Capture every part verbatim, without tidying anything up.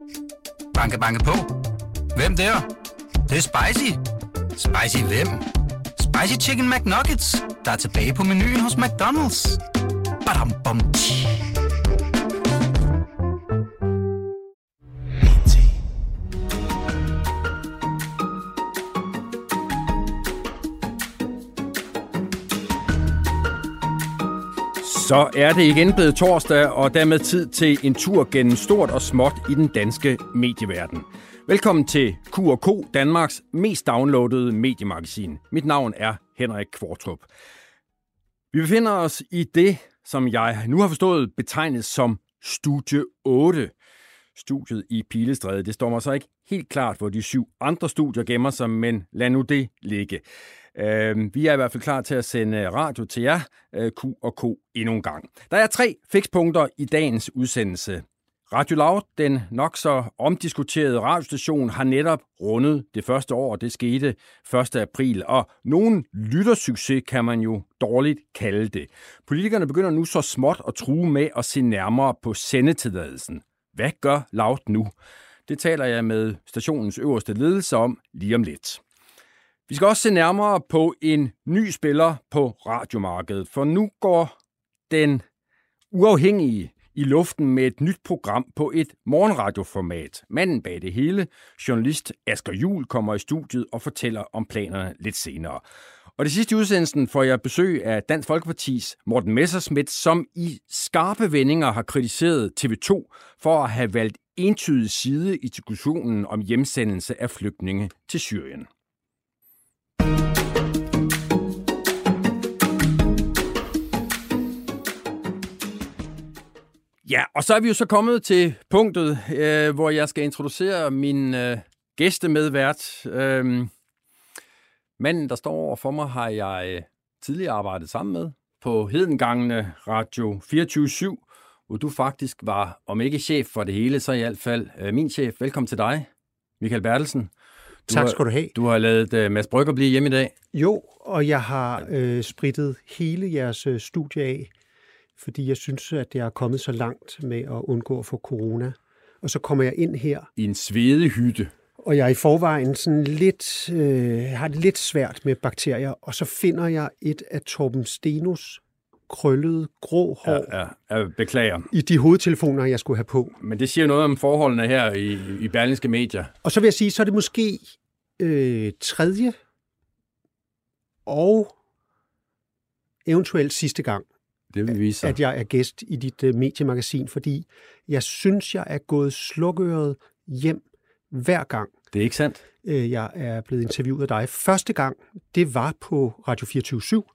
Banke, banke på. Hvem der? Det, det er spicy. Spicy hvem? Spicy Chicken McNuggets, der er tilbage på menuen hos McDonald's. Badum, bom, tji. Så er det igen blevet torsdag, og dermed tid til en tur gennem stort og småt i den danske medieverden. Velkommen til Q og K, Danmarks mest downloadede mediemagasin. Mit navn er Henrik Kvartrup. Vi befinder os i det, som jeg nu har forstået betegnet som Studie otte. Studiet i Pilestræde. Det står mig så ikke helt klart, hvor de syv andre studier gemmer sig, men lad nu det ligge. Vi er i hvert fald klar til at sende radio til jer, Q og K, endnu en gang. Der er tre fikspunkter i dagens udsendelse. Radio Loud, den nok så omdiskuterede radiostation, har netop rundet det første år. Det skete første april, og nogen lyttersucces kan man jo dårligt kalde det. Politikerne begynder nu så småt at true med at se nærmere på sendetilladelsen. Hvad gør Loud nu? Det taler jeg med stationens øverste ledelse om lige om lidt. Vi skal også se nærmere på en ny spiller på radiomarkedet, for nu går den uafhængige i luften med et nyt program på et morgenradioformat. Manden bag det hele, journalist Asger Juhl, kommer i studiet og fortæller om planerne lidt senere. Og det sidste i udsendelsen får jeg besøg af Dansk Folkepartis Morten Messerschmidt, som i skarpe vendinger har kritiseret T V to for at have valgt entydig side i diskussionen om hjemsendelse af flygtninge til Syrien. Ja, og så er vi jo så kommet til punktet, øh, hvor jeg skal introducere min øh, gæstemedvært. Øh, manden, der står over for mig, har jeg øh, tidligere arbejdet sammen med på hedengangene Radio fireogtyve syv, hvor du faktisk var, om ikke chef for det hele, så i hvert fald øh, min chef. Velkommen til dig, Michael Bertelsen. Du tak skal du have. Har, du har lavet uh, Mads Brygger blive hjemme i dag. Jo, og jeg har øh, spritet hele jeres øh, studie af, fordi jeg synes, at det er kommet så langt med at undgå at få corona. Og så kommer jeg ind her. I en svedehytte. Og jeg er i forvejen sådan lidt, øh, har det lidt svært med bakterier, og så finder jeg et af Torben Stenos krøllede grå hår. Ja, ja, jeg beklager. I de hovedtelefoner, jeg skulle have på. Men det siger noget om forholdene her i, i Berlingske Medier. Og så vil jeg sige, så er det måske øh, tredje og eventuelt sidste gang, det vil vise sig, at jeg er gæst i dit uh, mediemagasin, fordi jeg synes, jeg er gået slukøret hjem hver gang. Det er ikke sandt. Øh, jeg er blevet interviewet af dig. Første gang, det var på Radio fireogtyve syv,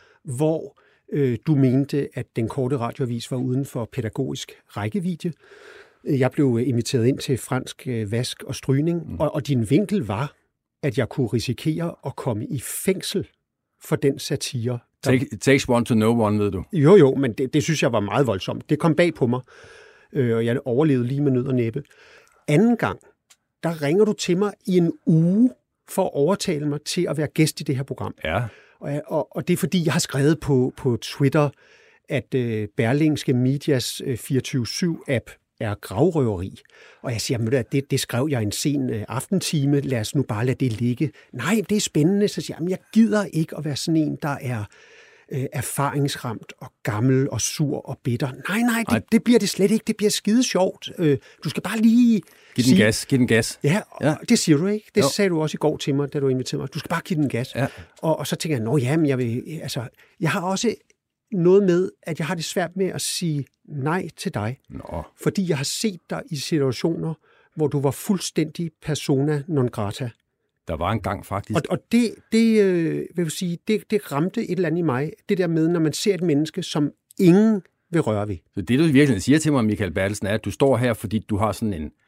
hvor øh, du mente, at den korte radioavis var uden for pædagogisk rækkevidde. Jeg blev inviteret ind til fransk øh, vask og strygning, mm. og, og din vinkel var, at jeg kunne risikere at komme i fængsel for den satire. It takes one to know one, ved du. Jo, jo, men det, det synes jeg var meget voldsomt. Det kom bag på mig, øh, og jeg overlevede lige med nød og næppe. Anden gang, der ringer du til mig i en uge for at overtale mig til at være gæst i det her program. Ja. Og, og, og det er fordi, jeg har skrevet på, på Twitter, at øh, Berlingske Medias øh, fireogtyve syv-app er gravrøveri. Og jeg siger, at det, det skrev jeg en sen øh, aftentime, lad os nu bare lade det ligge. Nej, det er spændende. Så siger jeg, jeg gider ikke at være sådan en, der er øh, erfaringsramt og gammel og sur og bitter. Nej, nej, det, det bliver det slet ikke. Det bliver skide sjovt. Øh, du skal bare lige Giv den gas, giv den gas. Ja, ja, det siger du ikke. Det jo. sagde du også i går til mig, da du inviterede mig. Du skal bare give den gas. Ja. Og, og så tænker jeg, nå jamen, jeg vil, altså, jeg har også noget med, at jeg har det svært med at sige nej til dig. Nå. Fordi jeg har set dig i situationer, hvor du var fuldstændig persona non grata. Der var en gang faktisk. Og, og det, det, øh, vil jeg sige, det, det ramte et eller andet i mig. Det der med, når man ser et menneske, som ingen vil røre ved. Så det, du virkelig siger til mig, Michael Bertelsen, er, at du står her, fordi du har sådan en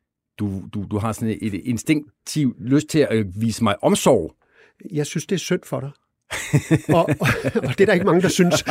Du, du, du har sådan et instinktivt lyst til at vise mig omsorg. Jeg synes, det er synd for dig. og, og, og det er der ikke mange, der synes.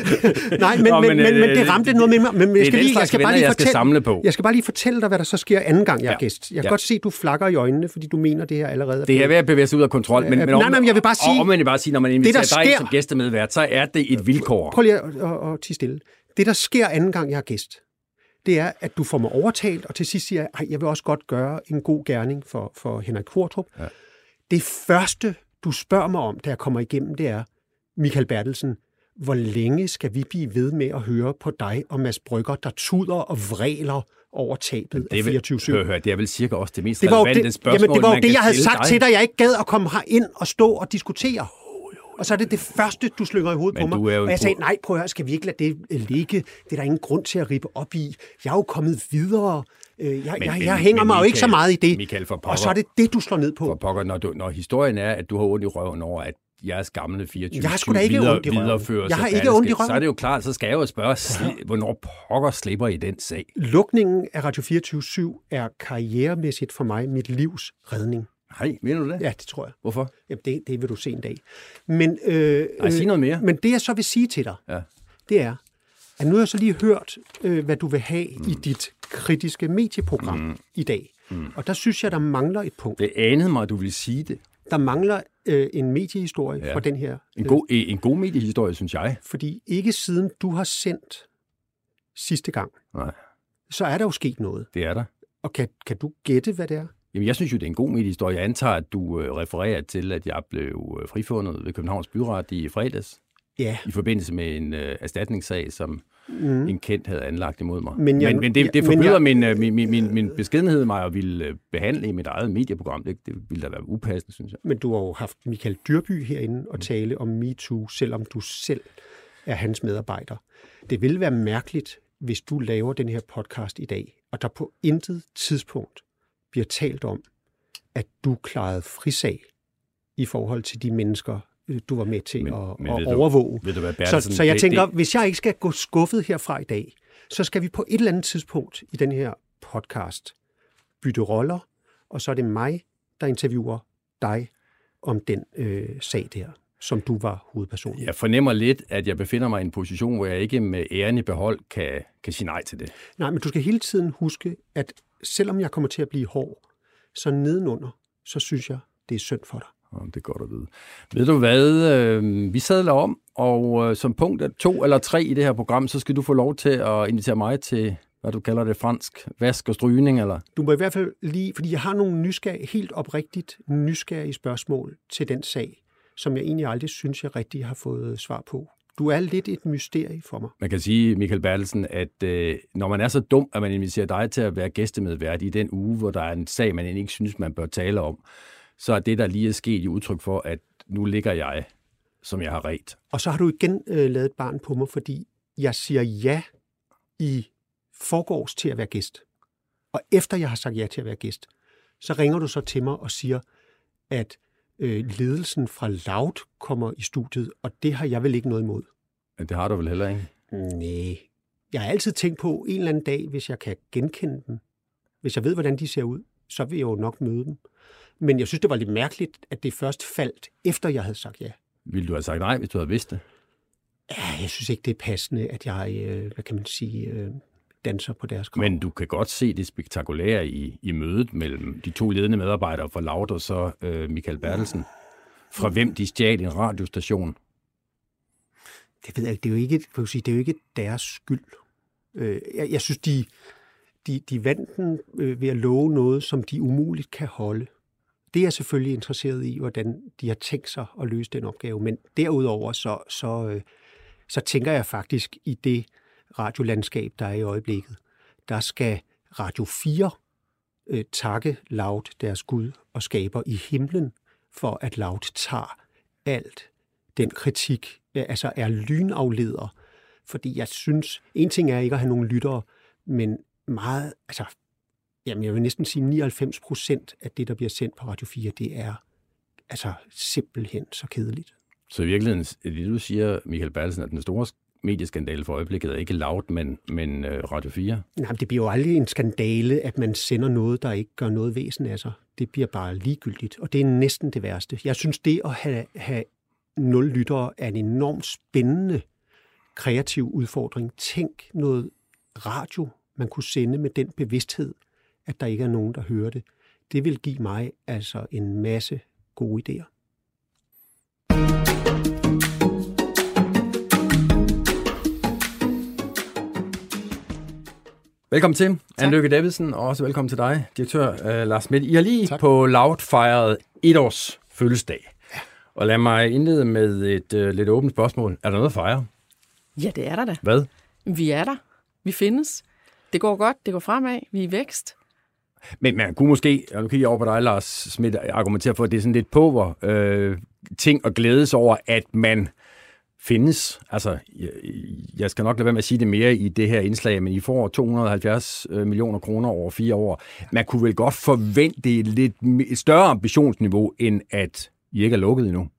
Nej, men, Nå, men, men, men, men det ramte noget med mig. Men jeg skal, lige, jeg skal bare lige jeg fortælle, skal samle på. Jeg skal bare lige fortælle dig, hvad der så sker anden gang, jeg er ja. gæst. Jeg kan ja. godt se, at du flakker i øjnene, fordi du mener det her allerede. Det er ved at bevæge sig ud af kontrol. Men, øh, men nej, nej, jeg vil bare sige... Og man vil bare sige, når man inviterer dig sker, som gæstemedvært, så er det et vilkår. Prøv lige at, at, at tie stille. Det, der sker anden gang, jeg er gæst, det er, at du får mig overtalt, og til sidst siger jeg, jeg vil også godt gøre en god gerning for, for Henrik Qvortrup. Ja. Det første, du spørger mig om, da jeg kommer igennem, det er, Michael Bertelsen, hvor længe skal vi blive ved med at høre på dig og Mads Brügger, der tuder og vræler over tabet af fireogtyve syv? Hør, hør, det er vel cirka også det mest det var relevante det, spørgsmål, jamen, det var jo det, jeg havde sagt dig. til dig. Jeg ikke gad at komme herind og stå og diskutere. Og så er det det første, du slynger i hovedet Men på mig. Og jeg sagde, god... nej, prøv at høre, skal vi ikke lade det ligge? Det er der ingen grund til at rippe op i. Jeg er jo kommet videre. Jeg, men, jeg, jeg, jeg hænger men, mig jo ikke så meget i det. Michael, pokker, og så er det det, du slår ned på. For pokker, når, du, når historien er, at du har ondt i røven over, at jeres gamle fireogtyve jeg har sgu da ikke videre, ondt i røven. Jeg har ikke ondt i røven. Så er det jo klart, så skal jeg jo spørge, sli, hvornår pokker slipper i den sag? Lukningen af Radio fireogtyve syv er karrieremæssigt for mig mit livs redning. Nej, mener du det? Ja, det tror jeg. Hvorfor? Jamen, det, det vil du se en dag. Men, øh, Ej, sig noget mere. Men det, jeg så vil sige til dig, ja. det er, at nu har jeg så lige hørt, øh, hvad du vil have mm. i dit kritiske medieprogram mm. i dag. Mm. Og der synes jeg, der mangler et punkt. Det anede mig, at du ville sige det. Der mangler øh, en mediehistorie ja. fra den her. En god, øh, en god mediehistorie, synes jeg. Fordi ikke siden du har sendt sidste gang, Nej. så er der jo sket noget. Det er der. Og kan, kan du gætte, hvad det er? Jamen, jeg synes jo, det er en god mediehistorie. Jeg antager, at du øh, refererer til, at jeg blev øh, frifundet ved Københavns Byret i fredags. Ja. I forbindelse med en øh, erstatningssag, som mm. en kendt havde anlagt imod mig. Men, jeg, men, men det, det forbyder jeg, min, øh, min, min, min, min beskedenhed mig at ville øh, behandle i mit eget medieprogram. Det, det ville da være upassende, synes jeg. Men du har jo haft Michael Dyrby herinde og tale om MeToo, selvom du selv er hans medarbejder. Det ville være mærkeligt, hvis du laver den her podcast i dag, og der på intet tidspunkt bliver talt om, at du klarede frisag i forhold til de mennesker, du var med til men, at, men at overvåge. Du, du, så, så jeg tænker, det... hvis jeg ikke skal gå skuffet herfra i dag, så skal vi på et eller andet tidspunkt i den her podcast bytte roller, og så er det mig, der interviewer dig om den øh, sag der, som du var hovedpersonen. Jeg fornemmer lidt, at jeg befinder mig i en position, hvor jeg ikke med æren i behold kan, kan sige nej til det. Nej, men du skal hele tiden huske, at selvom jeg kommer til at blive hård, så nedenunder, så synes jeg, det er synd for dig. Oh, det er godt at vide. Ved du hvad? Øh, vi sadler om, og øh, som punkt to eller tre i det her program, så skal du få lov til at invitere mig til, hvad du kalder det, fransk vask og strygning, eller? Du må i hvert fald lige, fordi jeg har nogle nysgerrige, helt oprigtigt nysgerrige spørgsmål til den sag, som jeg egentlig aldrig synes, jeg rigtig har fået svar på. Du er lidt et mysterie for mig. Man kan sige, Michael Bertelsen, at øh, når man er så dum, at man inviterer dig til at være gæstemedvært i den uge, hvor der er en sag, man ikke synes, man bør tale om, så er det, der lige er sket i udtryk for, at nu ligger jeg, som jeg har ret. Og så har du igen øh, lavet et barn på mig, fordi jeg siger ja i forgårs til at være gæst. Og efter jeg har sagt ja til at være gæst, så ringer du så til mig og siger, at øh, ledelsen fra Loud kommer i studiet, og det har jeg vel ikke noget imod. Men det har du vel heller ikke? Nej. Jeg har altid tænkt på, en eller anden dag, hvis jeg kan genkende dem, hvis jeg ved, hvordan de ser ud, så vil jeg jo nok møde dem. Men jeg synes, det var lidt mærkeligt, at det først faldt, efter jeg havde sagt ja. Ville du have sagt nej, hvis du havde vidst det? Ja, jeg synes ikke, det er passende, at jeg, øh, hvad kan man sige, øh, danser på deres krav. Men du kan godt se det spektakulære i, i mødet mellem de to ledende medarbejdere fra Loud og så øh, Michael Bertelsen, fra hvem de stjal en radiostation. Det ved jeg ikke. Det er jo ikke, kan sige, det er jo ikke deres skyld. Øh, jeg, jeg synes, de, de, de vandt den øh, ved at love noget, som de umuligt kan holde. Det er jeg selvfølgelig interesseret i, hvordan de har tænkt sig at løse den opgave. Men derudover, så, så, øh, så tænker jeg faktisk i det radiolandskab, der er i øjeblikket, der skal Radio fire øh, takke Loud, deres Gud og skaber i himlen, for at Loud tager alt den kritik, øh, altså er lynafleder. Fordi jeg synes, en ting er ikke at have nogle lyttere, men meget, altså, jamen jeg vil næsten sige nioghalvfems procent af det, der bliver sendt på Radio fire, det er altså simpelthen så kedeligt. Så i virkeligheden, det du siger, Michael Bertelsen, at den store medieskandale for øjeblikket er ikke Loud, men, men uh, Radio fire? Nej, det bliver jo aldrig en skandale, at man sender noget, der ikke gør noget væsen af sig. Det bliver bare ligegyldigt, og det er næsten det værste. Jeg synes, det at have, have nul lyttere er en enormt spændende, kreativ udfordring. Tænk noget radio, man kunne sende med den bevidsthed, at der ikke er nogen, der hører det. Det vil give mig altså en masse gode idéer. Velkommen til, Anne Lykke Davidsen, og også velkommen til dig, direktør uh, Lars Schmidt. I har lige tak. På Loud fejret et års fødselsdag. Ja. Og lad mig indlede med et uh, lidt åbent spørgsmål. Er der noget at fejre? Ja, det er der da. Hvad? Vi er der. Vi findes. Det går godt, det går fremad. Vi er i vækst. Men man kunne måske, og nu kigger jeg over på dig, Lars Schmidt, argumentere for, at det er sådan lidt power øh, ting at glædes over, at man findes. Altså, jeg, jeg skal nok lade være med at sige det mere i det her indslag, men I får to hundrede og halvfjerds millioner kroner over fire år. Man kunne vel godt forvente et lidt et større ambitionsniveau, end at I ikke er lukket endnu.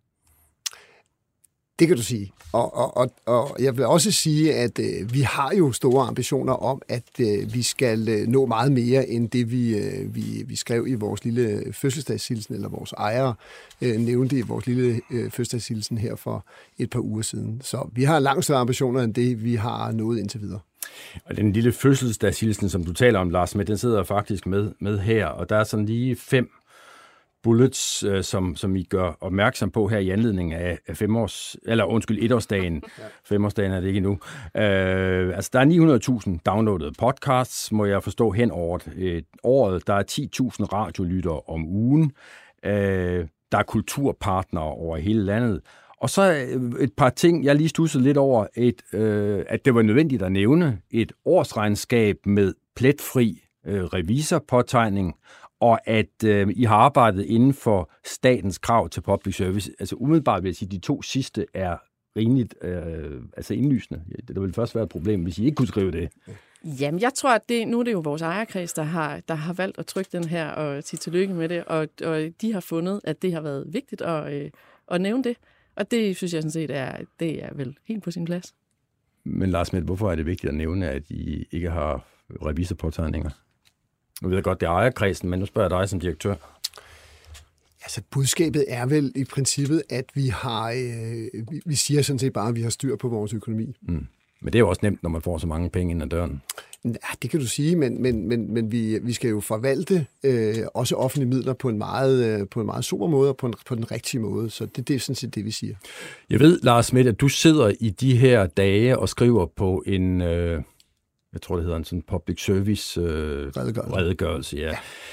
Det kan du sige. Og, og, og, og jeg vil også sige, at øh, vi har jo store ambitioner om, at øh, vi skal øh, nå meget mere end det, vi, øh, vi, vi skrev i vores lille fødselsdagshilsen, eller vores ejere øh, nævnte i vores lille øh, fødselsdagshilsen her for et par uger siden. Så vi har langt større ambitioner end det, vi har nået indtil videre. Og den lille fødselsdagshilsen, som du taler om, Lars, med, den sidder faktisk med, med her, og der er sådan lige fem bullets, øh, som, som I gør opmærksom på her i anledning af femårs, eller undskyld, etårsdagen. Ja. Femårsdagen er det ikke endnu. Øh, altså, der er ni hundrede tusind downloadede podcasts, må jeg forstå, hen over et året. Der er ti tusind radiolyttere om ugen. Øh, der er kulturpartnere over hele landet. Og så et par ting, jeg lige studsede lidt over, et, øh, at det var nødvendigt at nævne et årsregnskab med pletfri øh, revisorpåtegning, og at øh, I har arbejdet inden for statens krav til public service. Altså umiddelbart vil jeg sige, at de to sidste er rimeligt øh, altså indlysende. Det vil først være et problem, hvis I ikke kunne skrive det. Jamen, jeg tror, at det, nu er det jo vores ejerkreds, der har, der har valgt at trykke den her og sige tillykke med det, og, og de har fundet, at det har været vigtigt at, øh, at nævne det. Og det synes jeg sådan set er, det er vel helt på sin plads. Men Lars Schmidt, hvorfor er det vigtigt at nævne, at I ikke har revisorpåtegninger? Nu ved jeg godt, det er ejerkredsen, men nu spørger jeg dig som direktør. Altså, budskabet er vel i princippet, at vi har, øh, vi, vi siger sådan set bare, at vi har styr på vores økonomi. Mm. Men det er jo også nemt, når man får så mange penge ind ad døren. Ja, det kan du sige, men, men, men, men vi, vi skal jo forvalte øh, også offentlige midler på en meget, øh, på en meget super måde og på, en, på den rigtige måde. Så det, det er sådan set det, vi siger. Jeg ved, Lars Schmidt, at du sidder i de her dage og skriver på en... Øh Jeg tror, det hedder en sådan public service øh, redegørelse. redegørelse ja. Ja.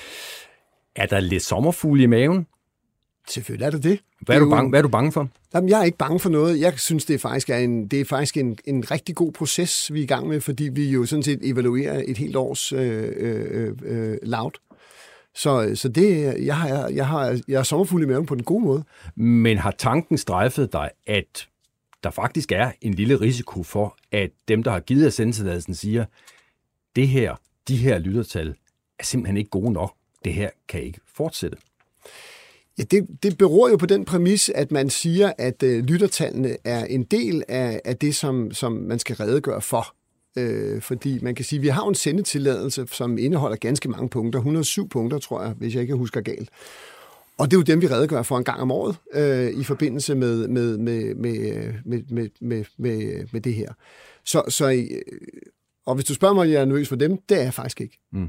Er der lidt sommerfugle i maven? Selvfølgelig er det det. Hvad er, det er du, bange, hvad er du bange for? Jamen, jeg er ikke bange for noget. Jeg synes, det er faktisk, er en, det er faktisk en, en rigtig god proces, vi er i gang med, fordi vi jo sådan set evaluerer et helt års øh, øh, øh, Loud. Så, så det, jeg har, jeg har, jeg har sommerfugle i maven på den gode måde. Men har tanken strejfet dig, at der faktisk er en lille risiko for, at dem, der har givet jer sendetilladelsen, siger, det her, de her lyttertal er simpelthen ikke gode nok. Det her kan ikke fortsætte. Ja, det, det beror jo på den præmis, at man siger, at øh, lyttertallene er en del af, af det, som, som man skal redegøre for. Øh, fordi man kan sige, at vi har en sendetilladelse, som indeholder ganske mange punkter. et hundrede og syv punkter, tror jeg, hvis jeg ikke husker galt. Og det er jo dem, vi redegør for en gang om året øh, i forbindelse med, med, med, med, med, med, med, med, med det her. Så, så, øh, og hvis du spørger mig, om jeg er nervøs for dem, det er jeg faktisk ikke. Mm.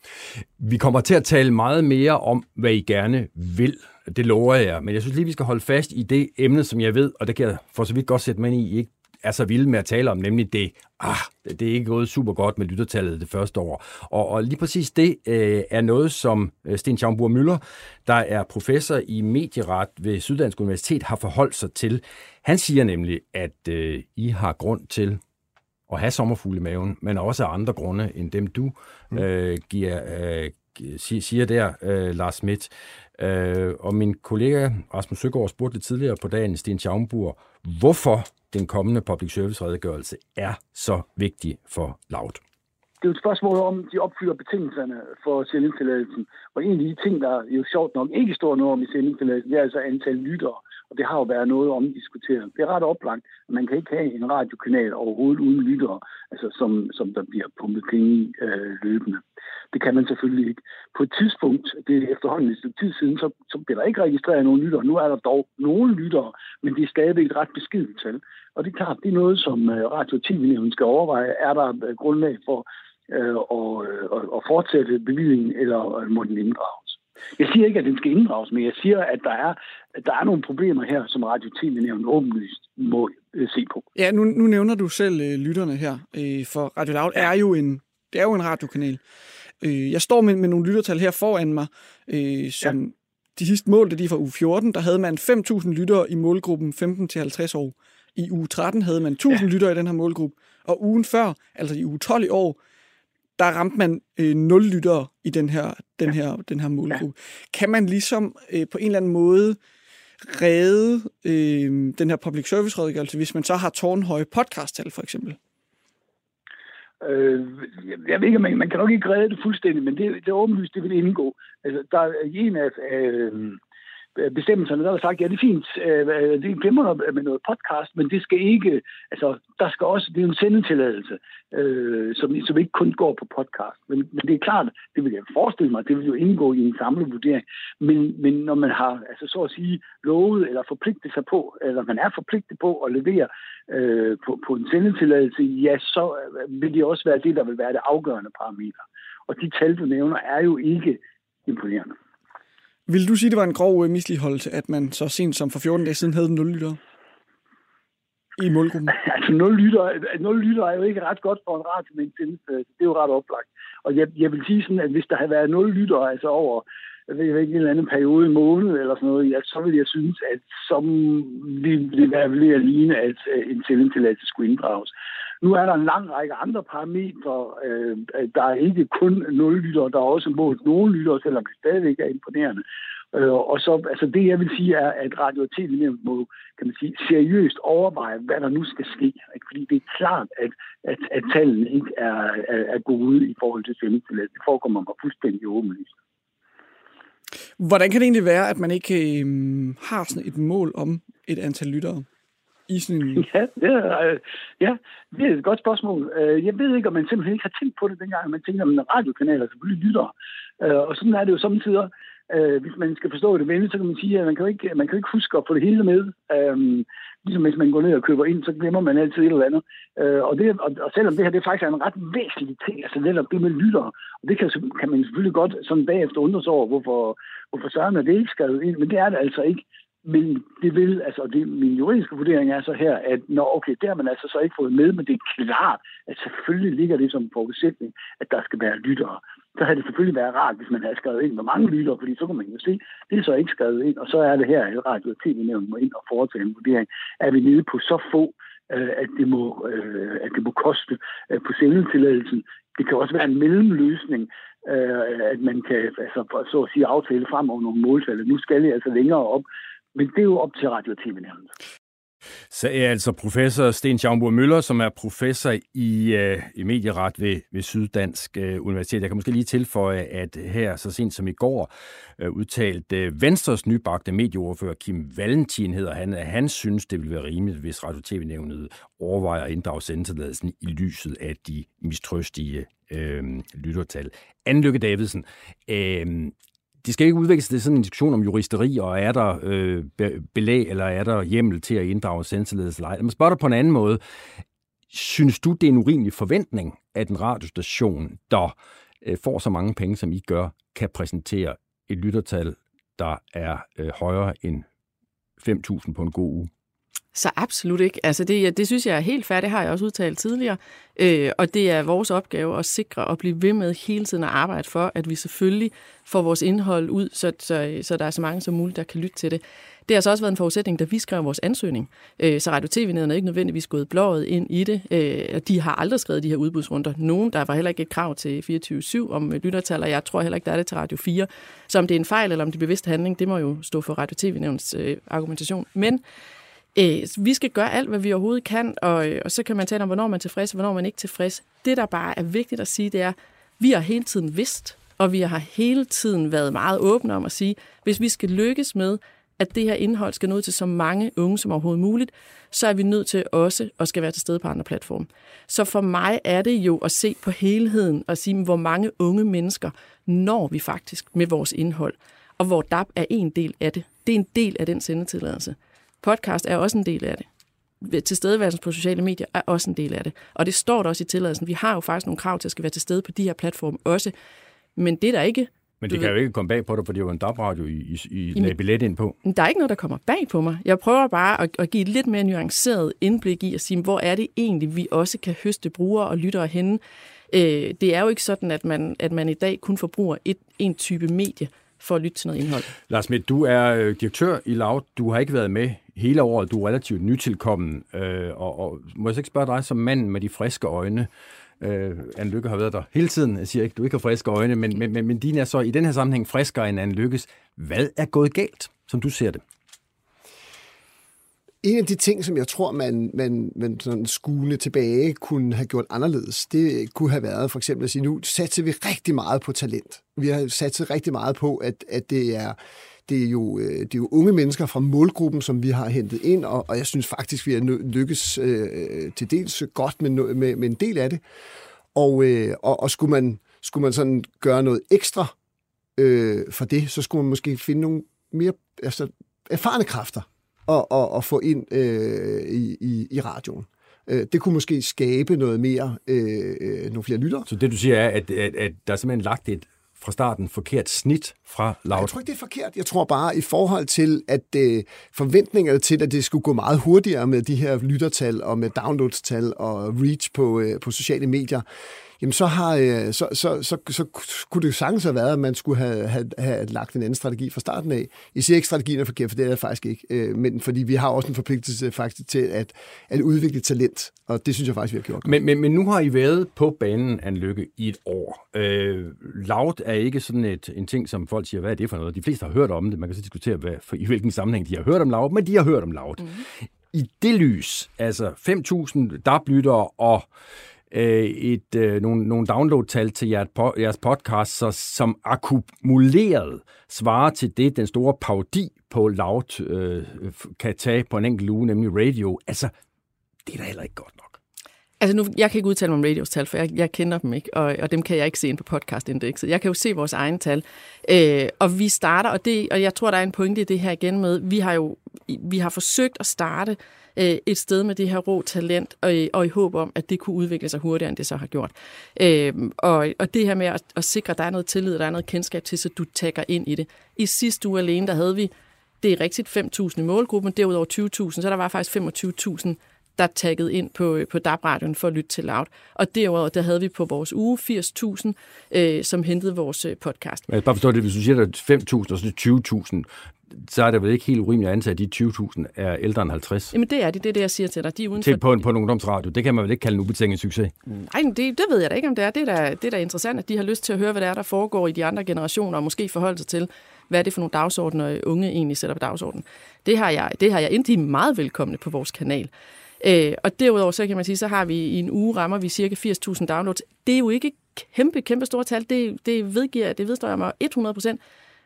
Vi kommer til at tale meget mere om, hvad I gerne vil. Det lover jeg. Men jeg synes lige, vi skal holde fast i det emne, som jeg ved, og det kan jeg for så vidt godt sætte mig ind i, I ikke er så vilde med at tale om, nemlig det, ah, det er ikke gået super godt med lyttertallet det første år. Og, og lige præcis det øh, er noget, som Sten Schaumburg-Müller, der er professor i medieret ved Syddansk Universitet, har forholdt sig til. Han siger nemlig, at øh, I har grund til at have sommerfugle i maven, men også af andre grunde end dem, du øh, giver, øh, siger der, øh, Lars Schmidt. Øh, og min kollega Rasmus Søgaard spurgte lidt tidligere på dagen, Sten Schaumburg, hvorfor den kommende public service redegørelse er så vigtig for Loud. Det er jo et spørgsmål om, de opfylder betingelserne for sendetilladelsen. Og en af de ting, der jo sjovt nok ikke står noget om i sendetilladelsen, det er altså antal lyttere. Og det har jo været noget omdiskuteret. Det er ret oplagt, at man kan ikke have en radiokanal overhovedet uden lyttere, altså som, som der bliver pumpet penge i øh, løbende. Det kan man selvfølgelig ikke. På et tidspunkt, det er efterhånden et stykke tid siden, så, så bliver der ikke registreret nogen lyttere. Nu er der dog nogle lyttere, men det er stadig et ret beskedent tal. Og det er klart, det er noget, som Radio- og T V-nævnet skal overveje. Er der grundlag for øh, at, øh, at fortsætte bevillingen, eller må den inddrages? Jeg siger ikke, at den skal inddrages, men jeg siger, at der er, at der er nogle problemer her, som Radio- og T V-nævnet åbenlyst må øh, se på. Ja, nu, nu nævner du selv øh, lytterne her, øh, for Radio Loud er jo en Det er jo en radiokanal. Øh, jeg står med, med nogle lyttertal her foran mig, øh, som ja. De sidste målte, de er fra uge fjorten, der havde man fem tusind lyttere i målgruppen femten til halvtreds år. I uge tretten havde man tusind ja. lyttere i den her målgruppe, og ugen før, altså i uge tolv i år, der ramte man øh, nul lyttere i den her, den her, den her målgruppe. Ja. Kan man ligesom øh, på en eller anden måde redde øh, den her public service redegørelse, hvis man så har tårnhøje podcast-tal for eksempel? Øh, jeg ved ikke, man, man kan nok ikke redde det fuldstændig, men det, det er åbenlyst, det vil indgå. Altså, der er en af øh, bestemmelserne, der har sagt, ja, det er fint, øh, det glemmer med noget podcast, men det skal ikke, altså, der skal også, det er en sendetilladelse, øh, som, som ikke kun går på podcast. Men, men det er klart, det vil jeg forestille mig, det vil jo indgå i en samlet vurdering. Men, men når man har, altså så at sige, lovet eller forpligtet sig på, eller man er forpligtet på at levere øh, på, på en sendetilladelse, ja, så vil det også være det, der vil være det afgørende parameter. Og de tal, du nævner, er jo ikke imponerende. Vil du sige, det var en grov misligholdelse, at man så sent som for fjorten dage siden havde nul lyttere i målgruppen? Altså nul lyttere, nul lyttere er jo ikke ret godt for en radio, men det er jo ret oplagt. Og jeg, jeg vil sige sådan, at hvis der havde været nul lyttere, altså over jeg ved ikke, en eller anden periode, en måned eller sådan noget, ja, så ville jeg synes, at så ville det være ved at ligne, at en sendetilladelse skulle inddrages. Nu er der en lang række andre parametre. Øh, der er ikke kun nul lyttere, der er også målt nogle lyttere, selvom det stadigvæk er imponerende. Øh, og så, altså det jeg vil sige er, at Radio og T V-nævnet må, kan man sige, seriøst overveje, hvad der nu skal ske. Ikke? Fordi det er klart, at, at, at tallene ikke er, er, er gode i forhold til sendetilladelse. Det forekommer mig fuldstændig åbenlyst. Hvordan kan det egentlig være, at man ikke øh, har sådan et mål om et antal lyttere? I sådan... ja, det er, øh, ja, det er et godt spørgsmål. Jeg ved ikke, om man simpelthen ikke har tænkt på det dengang, man tænker, at en radiokanal er selvfølgelig lyttere. Og sådan er det jo samtidig. Hvis man skal forstå det venligt, så kan man sige, at man kan ikke, man kan ikke huske at få det hele med. Ligesom hvis man går ned og køber ind, så glemmer man altid et eller andet. Og, det, og, og selvom det her det faktisk er en ret væsentlig ting, altså netop det med lyttere, og det kan, kan man selvfølgelig godt sådan bagefter undre sig over, hvorfor, hvorfor søren er det ikke skrevet ind, men det er det altså ikke. Men det vil, altså det, min juridiske vurdering er så her, at nå, okay, det har man altså så ikke fået med, men det er klart, at selvfølgelig ligger det som en forudsætning, at der skal være lyttere. Så havde det selvfølgelig været rart, hvis man havde skrevet ind, hvor mange lyttere, fordi så kan man jo se, det er så ikke skrevet ind, og så er det her, at Radio og T V-nævnet må ind og foretage en vurdering. Er vi nede på så få, at det må, at det må koste på sendetilladelsen? Det kan også være en mellemløsning, at man kan altså, så at sige aftale frem over nogle måltal. Nu skal jeg altså længere op. Men det er jo op til Radio og T V-nævnet. Så er altså professor Sten Schaumburg-Müller, som er professor i, øh, i medieret ved, ved Syddansk øh, Universitet. Jeg kan måske lige tilføje, at her så sent som i går øh, udtalte øh, Venstres nybagte medieordfører Kim Valentin, hedder han, at han synes, det vil være rimeligt, hvis Radio og T V-nævnet overvejer at inddrage sendetilladelsen i lyset af de mistrøstige øh, lyttertal. Anne Lykke Davidsen, øh, det skal ikke udvikles til sådan en diskussion om juristeri, og er der øh, belæg, eller er der hjemmel til at inddrage sendetilladelsen eller ej. Man spørger dig på en anden måde. Synes du, det er en urimelig forventning, at en radiostation, der øh, får så mange penge, som I gør, kan præsentere et lyttertal, der er øh, højere end fem tusind på en god uge? Så absolut ikke. Altså det, det synes jeg er helt fair, det har jeg også udtalt tidligere. Øh, og det er vores opgave at sikre at blive ved med hele tiden at arbejde for, at vi selvfølgelig får vores indhold ud, så, så, så der er så mange som muligt, der kan lytte til det. Det har så også været en forudsætning, da vi skrev vores ansøgning. Øh, så Radio- og T V-nævnet er ikke nødvendigvis gået blået ind i det. Øh, og de har aldrig skrevet de her udbudsrunder. Nogen, der var heller ikke et krav til fireogtyve syv om lyttertal, og jeg tror heller ikke, der er det til Radio fire. Så om det er en fejl, eller om det er bevidst handling, det må jo stå for Radio- og T V-nævnets øh, argumentation. Men vi skal gøre alt, hvad vi overhovedet kan, og, og så kan man tale om, hvornår man er tilfreds, og hvornår man ikke er tilfreds. Det, der bare er vigtigt at sige, det er, at vi har hele tiden vidst, og vi har hele tiden været meget åbne om at sige, hvis vi skal lykkes med, at det her indhold skal nå til så mange unge som overhovedet muligt, så er vi nødt til også at skal være til stede på andre platforme. Så for mig er det jo at se på helheden og sige, hvor mange unge mennesker når vi faktisk med vores indhold, og hvor D A B er en del af det. Det er en del af den sendetilladelse. Podcast er også en del af det. Tilstedeværelsen på sociale medier er også en del af det. Og det står der også i tilladelsen. Vi har jo faktisk nogle krav til at skal være til stede på de her platforme også. Men det er der ikke. Men det kan jo ikke komme bag på dig, for det er jo en D A B-radio, I, I lagde billet ind på. Der er ikke noget, der kommer bag på mig. Jeg prøver bare at, at give et lidt mere nuanceret indblik i at sige, hvor er det egentlig, vi også kan høste brugere og lyttere henne. Øh, det er jo ikke sådan, at man, at man i dag kun forbruger et, en type medie for at lytte til noget indhold. Lars Schmidt, du er direktør i Loud. Du har ikke været med hele året. Du er relativt nytilkommen. Øh, og, og må jeg ikke spørge dig som manden med de friske øjne? Øh, Anne Lykke har været der hele tiden. Jeg siger ikke, du ikke har friske øjne, men, men, men, men dine er så i den her sammenhæng friskere end Anne Lykkes. Hvad er gået galt, som du ser det? En af de ting, som jeg tror, man, man, man sådan skuende tilbage kunne have gjort anderledes, det kunne have været for eksempel at sige, nu satser vi rigtig meget på talent. Vi har satset rigtig meget på, at, at det er... Det er, jo, det er jo unge mennesker fra målgruppen, som vi har hentet ind, og, og jeg synes faktisk, vi har lykkes øh, til dels godt med, med, med en del af det. Og, øh, og, og skulle, man, skulle man sådan gøre noget ekstra øh, for det, så skulle man måske finde nogle mere altså, erfarne kræfter og, og, og få ind øh, i, i, i radioen. Øh, det kunne måske skabe noget mere, øh, nogle flere lyttere. Så det, du siger, er, at, at, at der er simpelthen lagt et fra starten forkert snit fra Loud? Jeg tror ikke, det er forkert. Jeg tror bare i forhold til, at øh, forventningerne til, at det skulle gå meget hurtigere med de her lyttertal og med downloadstal og reach på, øh, på sociale medier, jamen så, har, øh, så, så, så, så kunne det sagtens have været, at man skulle have, have, have lagt en anden strategi fra starten af. Jeg siger ikke, strategien er forkert, for det er det faktisk ikke. Øh, men fordi vi har også en forpligtelse faktisk til at, at udvikle talent, og det synes jeg faktisk, vi har gjort. Men, men, men nu har I været på banen, Anne Lykke, i et år. Øh, Loud er ikke sådan et, en ting, som folk siger, hvad er det for noget? De fleste har hørt om det. Man kan så diskutere, hvad, for, i hvilken sammenhæng de har hørt om Loud, men de har hørt om Loud. Mm-hmm. I det lys, altså fem tusind D A B-lyttere og et, øh, nogle, nogle download-tal til jeres, jeres podcast, så, som akkumuleret svarer til det, den store parodi på Loud øh, kan tage på en enkelt uge, nemlig radio. Altså, det er da heller ikke godt nok. Altså nu, jeg kan ikke udtale mig om radios tal, for jeg, jeg kender dem ikke, og, og dem kan jeg ikke se ind på podcastindekset. Jeg kan jo se vores egen tal. Øh, og vi starter, og, det, og jeg tror, der er en pointe i det her igen med, vi har jo vi har forsøgt at starte øh, et sted med det her rå talent, og, og i håb om, at det kunne udvikle sig hurtigere, end det så har gjort. Øh, og, og det her med at, at sikre, at der er noget tillid, der er noget kendskab til, så du tagger ind i det. I sidste uge alene, der havde vi, det er rigtigt fem tusind i målgruppen, derudover tyve tusind, så der var faktisk femogtyve tusind, der taggede ind på, på D A B-radioen for at lytte til Loud. Og derudover, der havde vi på vores uge firs tusind, øh, som hentede vores podcast. Jeg bare forstår det, hvis du siger, at der er fem tusind og så tyve tusind, så er det vel ikke helt urimeligt at antage, at de tyve tusind er ældre end halvtreds? Jamen det er det, det er det, jeg siger til dig. De er uden til for... på, en, på en ungdomsradio. Det kan man vel ikke kalde en ubetinget succes? Nej, det, det ved jeg da ikke, om det er. Det er da, det er da interessant, at de har lyst til at høre, hvad det er, der foregår i de andre generationer, og måske forholde sig til, hvad er det for nogle dagsordner, unge egentlig sætter på dagsordenen. Det har jeg, det har jeg indtil meget velkomne på vores kanal. Øh, og derudover, så kan man sige, så har vi i en uge rammer vi cirka firs tusind downloads. Det er jo ikke kæmpe, kæmpe store tal. Det, det vedgiver, det vedstår jeg mig hundrede procent.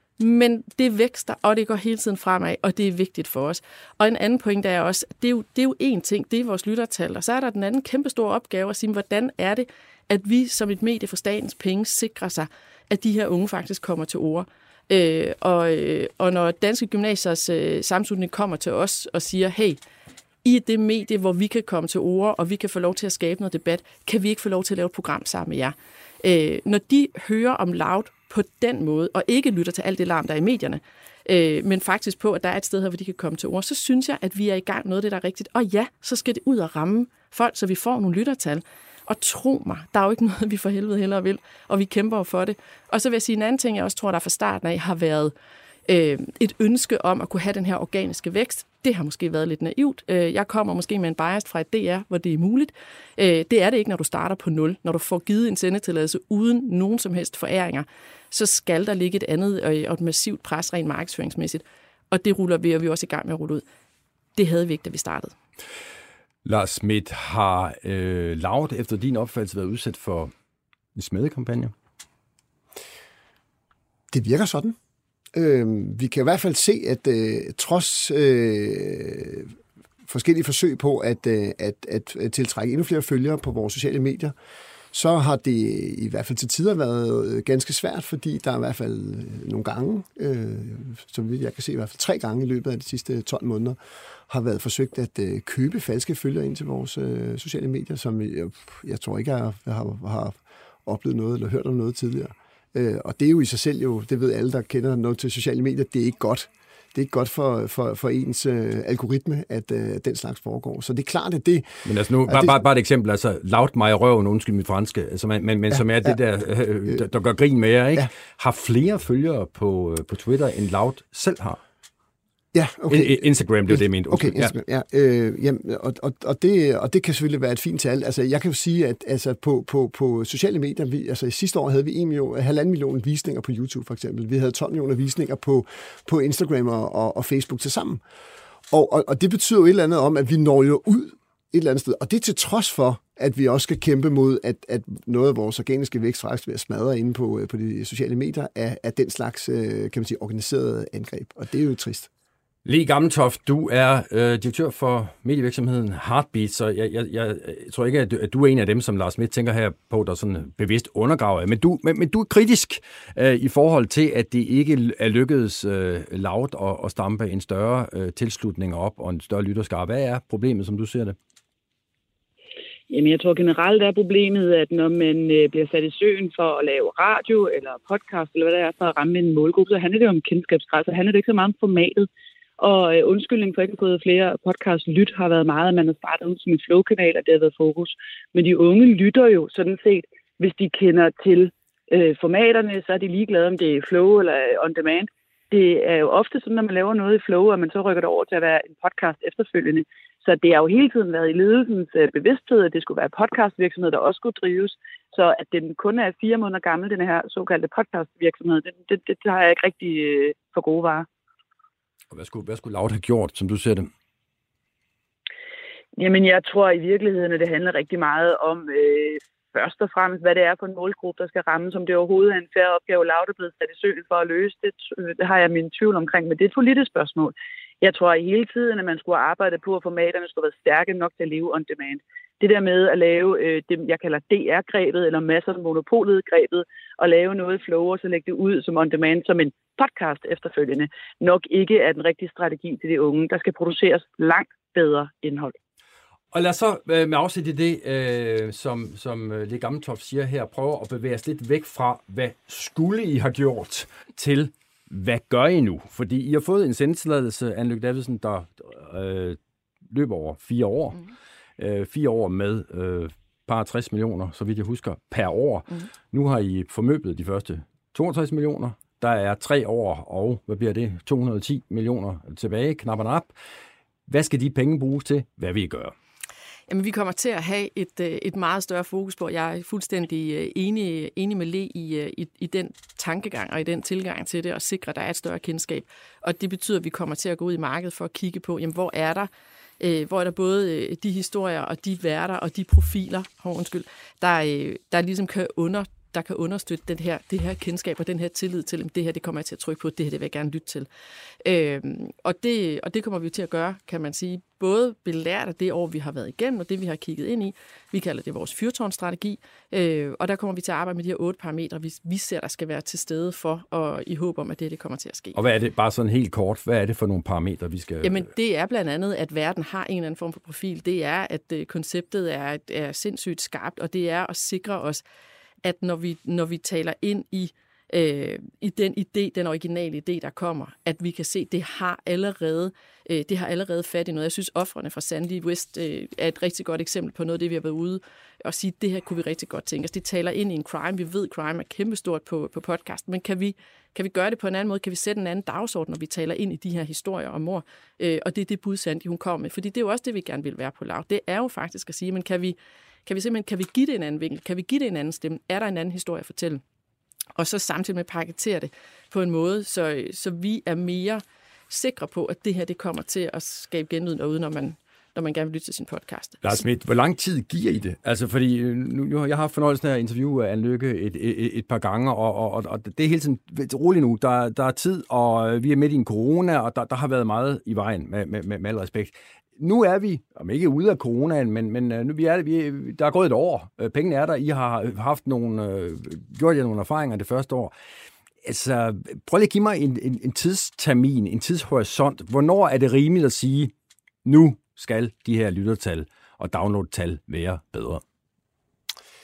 Men det vækster, og det går hele tiden fremad, og det er vigtigt for os. Og en anden point er også, det er jo, det er jo én ting, det er vores lyttertal. Og så er der den anden kæmpe store opgave at sige, hvordan er det, at vi som et medie for statens penge sikrer sig, at de her unge faktisk kommer til ord. Øh, og, og når Danske Gymnasiers øh, sammenslutning kommer til os og siger, hey, i det medie, hvor vi kan komme til ord, og vi kan få lov til at skabe noget debat, kan vi ikke få lov til at lave et program sammen med jer. Øh, når de hører om Loud på den måde, og ikke lytter til alt det larm, der er i medierne, øh, men faktisk på, at der er et sted her, hvor de kan komme til ord, så synes jeg, at vi er i gang med noget af det, der er rigtigt. Og ja, så skal det ud og ramme folk, så vi får nogle lyttertal. Og tro mig, der er jo ikke noget, vi for helvede hellere vil, og vi kæmper jo for det. Og så vil jeg sige en anden ting, jeg også tror, der fra starten af har været øh, et ønske om at kunne have den her organiske vækst. Det har måske været lidt naivt. Jeg kommer måske med en bias fra et D R, hvor det er muligt. Det er det ikke, når du starter på nul. Når du får givet en sendetilladelse uden nogen som helst foræringer, så skal der ligge et andet og et massivt pres rent markedsføringsmæssigt. Og det ruller vi, og vi er også i gang med at rulle ud. Det havde vi ikke, da vi startede. Lars Schmidt, har øh, Loud efter din opfattelse været udsat for en smedekampagne? Det virker sådan. Øh, vi kan i hvert fald se, at øh, trods øh, forskellige forsøg på at, øh, at, at, at tiltrække endnu flere følgere på vores sociale medier, så har det i hvert fald til tider været ganske svært, fordi der er i hvert fald nogle gange, øh, som jeg kan se i hvert fald tre gange i løbet af de sidste tolv måneder, har været forsøgt at øh, købe falske følgere ind til vores øh, sociale medier, som jeg, jeg tror ikke, jeg har, har oplevet noget eller hørt om noget tidligere. Øh, og det er jo i sig selv jo, det ved alle, der kender noget til sociale medier, det er ikke godt. Det er ikke godt for, for, for ens øh, algoritme, at øh, den slags foregår. Så det er klart, at det... Men altså nu, bare, det, bare, bare et eksempel, altså loud mig i røven, undskyld mit franske, altså, men, men ja, som er det ja, der, øh, der, der gør grin med jer, ikke? Ja. Har flere følgere på, på Twitter, end Loud selv har? Ja, okay. Instagram, det er det, jeg mente. Okay, Instagram, ja. ja øh, jamen, og, og, og, det, og det kan selvfølgelig være et fint tal. Altså, jeg kan jo sige, at altså, på, på, på sociale medier, vi, altså i sidste år havde vi en million, halvanden million visninger på YouTube for eksempel. Vi havde tolv millioner visninger på, på Instagram og, og, og Facebook til sammen. Og, og, og det betyder jo et eller andet om, at vi når jo ud et eller andet sted. Og det er til trods for, at vi også skal kæmpe mod, at, at noget af vores organiske vækst faktisk vil smadre inde på, på de sociale medier af, af den slags, kan man sige, organiserede angreb. Og det er jo trist. Le Gammeltoft, du er øh, direktør for medievirksomheden Heartbeat, så jeg, jeg, jeg tror ikke, at du, at du er en af dem, som Lars Schmidt tænker her på, der sådan bevidst undergraver. Men du, men, men du er kritisk øh, i forhold til, at det ikke er lykkedes øh, Loud at, at stampe en større øh, tilslutning op og en større lytterskare. Hvad er problemet, som du ser det? Jamen, jeg tror generelt er problemet, at når man øh, bliver sat i søen for at lave radio eller podcast, eller hvad det er, for at ramme en målgruppe, så handler det om kendskabsgrad, så handler det ikke så meget om formatet. Og øh, undskyldning for ikke at have fået flere podcast lyt har været meget, at man har startet ud som en flow-kanal, og det har været fokus. Men de unge lytter jo sådan set, hvis de kender til øh, formaterne, så er de ligeglade, om det er flow eller on demand. Det er jo ofte sådan, når man laver noget i flow, og man så rykker det over til at være en podcast efterfølgende. Så det har jo hele tiden været i ledelsens øh, bevidsthed, at det skulle være podcastvirksomhed, der også skulle drives. Så at den kun er fire måneder gammel, den her såkaldte podcastvirksomhed, det, det, det, det har jeg ikke rigtig øh, for gode varer. Og hvad skulle, hvad skulle Loud have gjort, som du ser det? Jamen, jeg tror i virkeligheden, at det handler rigtig meget om øh, først og fremmest, hvad det er for en målgruppe, der skal ramme, som det overhovedet er en færre opgave. Loud er blevet sat i søen for at løse det. Det har jeg min tvivl omkring, men det er et politisk spørgsmål. Jeg tror i hele tiden, at man skulle arbejde på, at formaterne skulle være stærke nok til at leve on demand. Det der med at lave øh, det, jeg kalder D R-grebet, eller masser af monopolet-grebet, og lave noget flow, og så lægge det ud som on demand, som en podcast efterfølgende, nok ikke er den rigtige strategi til de unge. Der skal produceres langt bedre indhold. Og lad os så øh, med afsæt i det, øh, som, som Le Gammeltoft siger her, prøve at bevæge os lidt væk fra, hvad skulle I have gjort, til hvad gør I nu? Fordi I har fået en sendetilladelse, Anne-Lykke Davidsen, der øh, løber over fire år. Mm. Øh, fire år med øh, par tres millioner, så vidt jeg husker, per år. Mm. Nu har I formøblet de første toogtres millioner. Der er tre år, og hvad bliver det? to hundrede og ti millioner tilbage, knapperne op. Hvad skal de penge bruges til? Hvad vil I gøre? Jamen, vi kommer til at have et, et meget større fokus på. Jeg er fuldstændig enig, enig med Le i, i, i den tankegang og i den tilgang til det, og sikre, at der er et større kendskab. Og det betyder, at vi kommer til at gå ud i markedet for at kigge på, jamen, hvor er der øh, hvor er der både de historier og de værter og de profiler, oh, undskyld, der, der ligesom kan under der kan understøtte den her, det her kendskab og den her tillid til, at det her det kommer jeg til at trykke på, det her det vil jeg gerne lytte til. Øhm, og, det, og det kommer vi til at gøre, kan man sige, både belært af det år, vi har været igennem, og det, vi har kigget ind i. Vi kalder det vores fyrtårnstrategi, øh, og der kommer vi til at arbejde med de her otte parametre, vi, vi ser, der skal være til stede for, og i håb om, at det, det kommer til at ske. Og hvad er det, bare sådan helt kort, hvad er det for nogle parametre, vi skal... Jamen, det er blandt andet, at verden har en eller anden form for profil. Det er, at øh, konceptet er, er sindssygt skarpt, og det er at sikre os, at når vi, når vi taler ind i, øh, i den idé, den originale idé, der kommer, at vi kan se, at det har allerede, øh, det har allerede fat i noget. Jeg synes, ofrene fra Sandy West øh, er et rigtig godt eksempel på noget af det, vi har været ude og sige, det her kunne vi rigtig godt tænke os. Det taler ind i en crime. Vi ved, at crime er kæmpestort på, på podcast, men kan vi, kan vi gøre det på en anden måde? Kan vi sætte en anden dagsorden, når vi taler ind i de her historier om mor? Øh, og det er det bud, Sandy hun kommer med. Fordi det er jo også det, vi gerne vil være på Loud. Det er jo faktisk at sige, men kan vi Kan vi simpelthen kan vi give det en anden vinkel? Kan vi give det en anden stemme? Er der en anden historie at fortælle? Og så samtidig med paketere det på en måde, så, så vi er mere sikre på, at det her det kommer til at skabe genlyd derude, når man, når man gerne vil lytte til sin podcast. Lars Schmidt, hvor lang tid giver I det? Altså, fordi nu, nu jeg har haft fornøjelsen af at interviewe Anne-Lykke et, et, et par gange, og, og, og det er hele tiden roligt nu. Der, der er tid, og vi er midt i en corona, og der, der har været meget i vejen, med, med, med, med al respekt. Nu er vi, om ikke ude af coronaen, men, men nu vi er, vi, der er gået et år. Pengene er der. I har haft nogle, gjort jer nogle erfaringer det første år. Altså, prøv lige at give mig en, en, en tidstermin, en tidshorisont. Hvornår er det rimeligt at sige, nu skal de her lyttertal og downloadtal være bedre?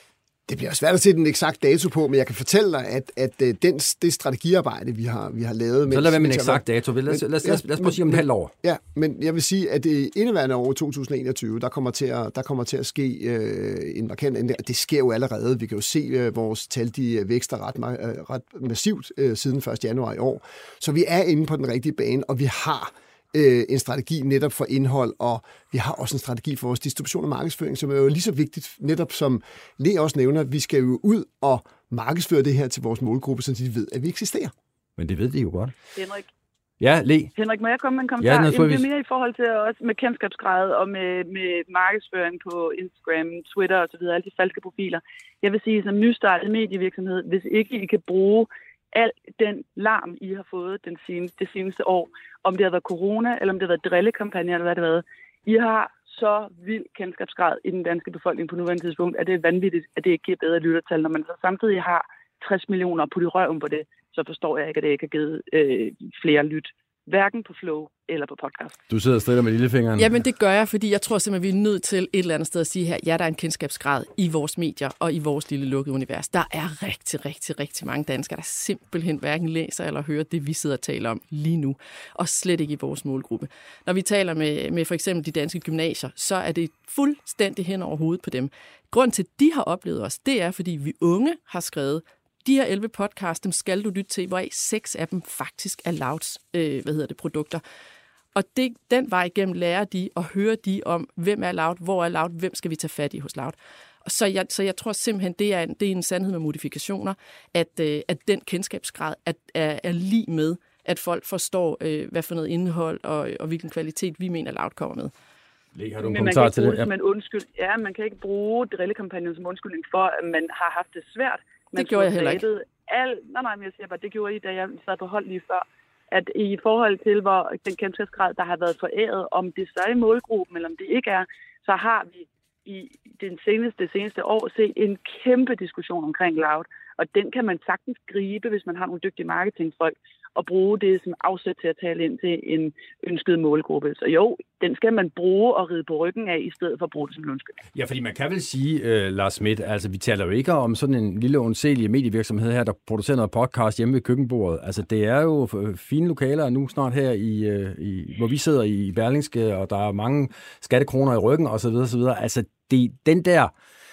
Det bliver svært at sætte en eksakt dato på, men jeg kan fortælle dig, at, at den, det strategiarbejde, vi har, vi har lavet... Så lad være med en eksakt dato. Lad os, lad os, lad os, lad os prøve at sige om et halvt år. Ja, men jeg vil sige, at det indeværende år to tusind enogtyve, der kommer til at, der kommer til at ske øh, en markant ændring. Det sker jo allerede. Vi kan jo se, øh, vores tal, de vækster ret, øh, ret massivt øh, siden første januar i år. Så vi er inde på den rigtige bane, og vi har en strategi netop for indhold, og vi har også en strategi for vores distribution og markedsføring, som er jo lige så vigtigt, netop som Le også nævner, at vi skal jo ud og markedsføre det her til vores målgruppe, så de ved, at vi eksisterer. Men det ved de jo godt. Henrik. Ja, Le. Henrik, må jeg komme med en kommentar? Ja, det er mere i forhold til også med kendskabsgrad og med, med markedsføring på Instagram, Twitter osv., alle de falske profiler. Jeg vil sige, som nystartet medievirksomhed, hvis ikke I kan bruge al den larm, I har fået den seneste, det seneste år, om det har været corona, eller om det har været drillekampagner, eller hvad det har været. I har så vild kendskabsgrad i den danske befolkning på nuværende tidspunkt, at det er vanvittigt, at det ikke giver bedre lyttertal. Når man så samtidig har tres millioner på de røven på det, så forstår jeg ikke, at det ikke har givet øh, flere lyt. Hverken på Flow eller på podcast. Du sidder og strider med lillefingeren. Jamen det gør jeg, fordi jeg tror simpelthen, vi er nødt til et eller andet sted at sige her, ja, der er en kendskabsgrad i vores medier og i vores lille lukkede univers. Der er rigtig, rigtig, rigtig mange danskere, der simpelthen hverken læser eller hører det, vi sidder og taler om lige nu. Og slet ikke i vores målgruppe. Når vi taler med, med for eksempel de danske gymnasier, så er det fuldstændig hen over hovedet på dem. Grunden til, at de har oplevet os, det er, fordi vi unge har skrevet, de her elleve podcasts, dem skal du lytte til, hvoraf seks af dem faktisk er Louds, øh, hvad hedder det, produkter. Og det, den vej igennem lærer de og hører de om, hvem er Loud, hvor er Loud, hvem skal vi tage fat i hos Loud. Så jeg, så jeg tror simpelthen, det er en, det er en sandhed med modifikationer, at, øh, at den kendskabsgrad er, er, er lige med, at folk forstår, øh, hvad for noget indhold og, og hvilken kvalitet vi mener, Loud kommer med. Læg, har du en Men kommentar til det? Ja. Man, undskyld, ja, man kan ikke bruge drillekampagnen som undskyldning for, at man har haft det svært. Man det gjorde jeg heller ikke. Al, nej, nej, men jeg siger bare, det gjorde I, da jeg sad på hold lige før, at i forhold til, hvor den kendskabsgrad, der har været foræret, om det så er i målgruppen, eller om det ikke er, så har vi i den seneste, seneste år set en kæmpe diskussion omkring Loud, og den kan man sagtens gribe, hvis man har nogle dygtige marketingfolk, og bruge det som afsæt til at tale ind til en ønsket målgruppe. Så jo, den skal man bruge og ride på ryggen af, i stedet for at bruge det som en undskyldning. Ja, fordi man kan vel sige, uh, Lars Schmidt, altså vi taler jo ikke om sådan en lille undselig medievirksomhed her, der producerer noget podcast hjemme ved køkkenbordet. Altså det er jo fine lokaler nu snart her, i, uh, i, hvor vi sidder i Berlingske, og der er mange skattekroner i ryggen osv. osv. Altså det, den der...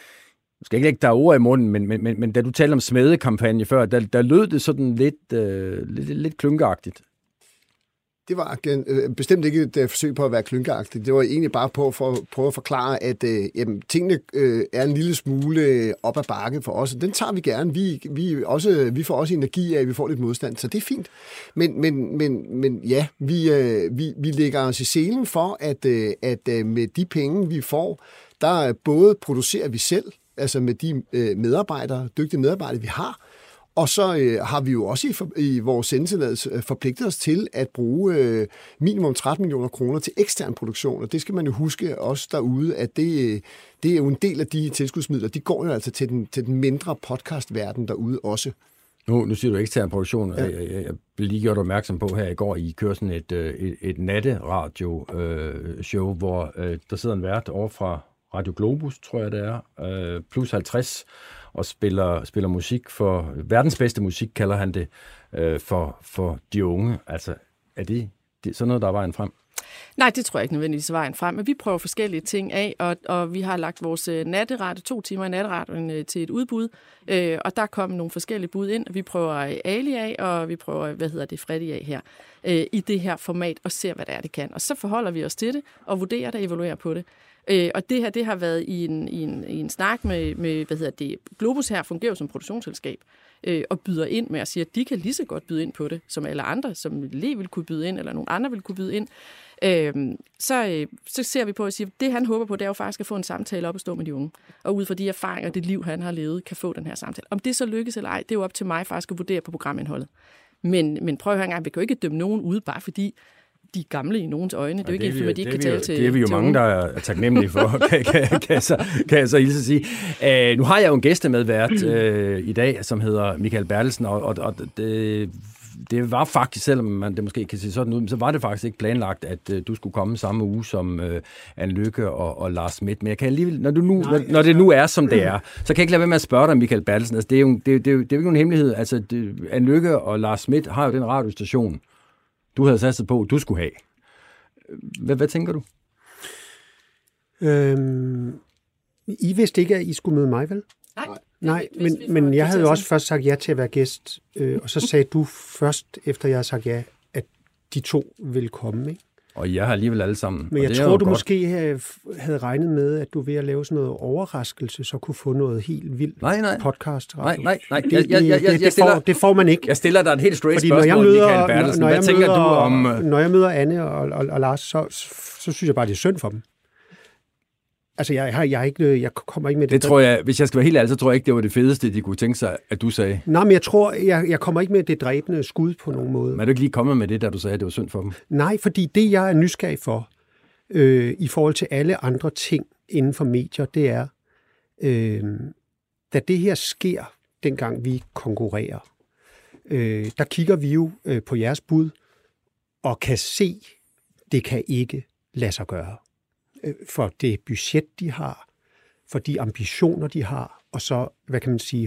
Jeg skal ikke lægge dig ord i munden, men, men, men, men da du talte om smedekampagne før, der, der lød det sådan lidt, øh, lidt, lidt klynkeagtigt. Det var øh, bestemt ikke et øh, forsøg på at være klynkeagtigt. Det var egentlig bare på at for, prøve at forklare, at øh, jamen, tingene øh, er en lille smule op ad bakke for os. Den tager vi gerne. Vi, vi, også, vi får også energi af, at vi får lidt modstand, så det er fint. Men, men, men, men ja, vi, øh, vi, vi lægger os i selen for, at, øh, at øh, med de penge, vi får, der både producerer vi selv, altså med de øh, medarbejdere, dygtige medarbejdere, vi har. Og så øh, har vi jo også i, for, i vores sendetilladelse øh, forpligtet os til at bruge øh, minimum tretten millioner kroner til ekstern produktion. Og det skal man jo huske også derude, at det, det er jo en del af de tilskudsmidler. De går jo altså til den, til den mindre podcastverden derude også. Nu, nu siger du ekstern produktion. Ja. Jeg, jeg, jeg blev lige gjort opmærksom på her i går, I kører sådan et, et, et natteradio-show, øh, hvor øh, der sidder en vært over fra Radio Globus, tror jeg det er, øh, plus halvtreds, og spiller, spiller musik for, verdens bedste musik, kalder han det, øh, for, for de unge. Altså, er det, det sådan noget, der er vejen frem? Nej, det tror jeg ikke nødvendigvis er vejen frem, men vi prøver forskellige ting af, og, og vi har lagt vores natteradio, to timer i natteradioen til et udbud, øh, og der kommer nogle forskellige bud ind, og vi prøver Ali af, og vi prøver, hvad hedder det, Freddy af her, øh, i det her format, og ser, hvad det er, det kan. Og så forholder vi os til det, og vurderer det og evaluerer på det. Øh, og det her, det har været i en, i en, i en snak med, med, hvad hedder det, Globus her fungerer jo som produktionsselskab, øh, og byder ind med at sige, at de kan lige så godt byde ind på det, som alle andre, som Le vil kunne byde ind, eller nogle andre vil kunne byde ind. Øh, så, øh, så ser vi på at sige, at det han håber på, det er jo faktisk at få en samtale op og stå med de unge, og ud fra de erfaringer, det liv, han har levet, kan få den her samtale. Om det så lykkes eller ej, det er jo op til mig faktisk at vurdere på programindholdet. Men, men prøv at høre en gang, vi kan jo ikke dømme nogen ude, bare fordi de er gamle i nogens øjne. Det er jo ikke fordi, de ikke kan tale til. Det er vi jo mange, der er taknemmelige for, kan, kan, kan, så, kan jeg så hilse at sige. Uh, nu har jeg jo en gæstemedvært uh, i dag, som hedder Michael Bertelsen, og, og, og det, det var faktisk, selvom man det måske kan sige sådan ud, så var det faktisk ikke planlagt, at uh, du skulle komme samme uge som uh, Anne Lykke og, og Lars Schmidt. Men jeg kan alligevel, når, du nu, Nej, når, når det nu er, som det er, så kan jeg ikke lade være med at spørge dig, Michael Bertelsen. Altså, det er jo, det, det, det er jo ikke nogen hemmelighed. Altså, det, Anne Lykke og Lars Schmidt har jo den radiostation, du havde satset på, du skulle have. Hvad, hvad tænker du? Øhm, I vidste ikke, at I skulle møde mig, vel? Nej. Nej, men, men jeg havde jo også først sagt ja til at være gæst, øh, og så sagde du først, efter jeg havde sagt ja, at de to ville komme, ikke? Og jeg har alligevel alle sammen. Men jeg tror, du godt. måske havde regnet med, at du ved at lave sådan noget overraskelse, så kunne få noget helt vildt nej, nej. podcast. Nej, nej, nej. Det, det, jeg, jeg, jeg, det, det, får, det får man ikke. Jeg stiller dig et helt straight Fordi spørgsmål, når jeg møder, Michael Bertelsen. Når, når Hvad tænker møder, du om... Når jeg møder Anne og, og, og Lars, så, så synes jeg bare, det er synd for dem. Altså, jeg, jeg, jeg, ikke, jeg kommer ikke med det. Det tror jeg, hvis jeg skal være helt ærlig, så tror jeg ikke, det var det fedeste, de kunne tænke sig, at du sagde. Nej, men jeg tror, jeg, jeg kommer ikke med det dræbende skud på nogen måde. Men er du ikke lige kommet med det, da du sagde, at det var synd for dem? Nej, fordi det, jeg er nysgerrig for, øh, i forhold til alle andre ting inden for medier, det er, øh, da det her sker, dengang vi konkurrerer, øh, der kigger vi jo øh, på jeres bud, og kan se, det kan ikke lade sig gøre. For det budget, de har, for de ambitioner, de har, og så, hvad kan man sige,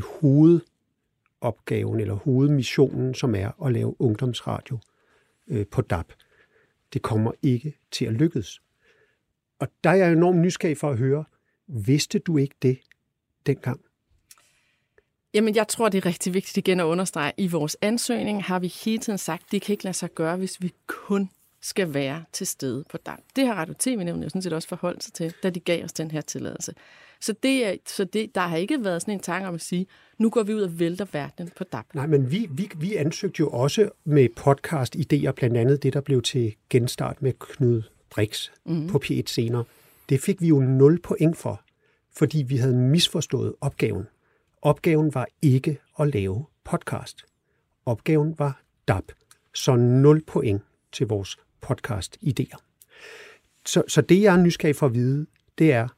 hovedopgaven eller hovedmissionen, som er at lave ungdomsradio øh, på D A B. Det kommer ikke til at lykkes. Og der er jeg enormt nysgerrig for at høre, vidste du ikke det dengang? Jamen, jeg tror, det er rigtig vigtigt igen at understrege. I vores ansøgning har vi hele tiden sagt, at det kan ikke lade sig gøre, hvis vi kun skal være til stede på D A B. Det har Radio T V-nævnet jo sådan set også forholdt sig til, da de gav os den her tilladelse. Så, det er, så det, der har ikke været sådan en tanke om at sige, nu går vi ud og vælter verdenen på D A B. Nej, men vi, vi, vi ansøgte jo også med podcast-idéer, blandt andet det, der blev til genstart med Knud Brix mm-hmm. på P et senere. Det fik vi jo nul point for, fordi vi havde misforstået opgaven. Opgaven var ikke at lave podcast. Opgaven var D A B. Så nul point til vores podcast-idéer. Så, så det, jeg er nysgerrig for at vide, det er,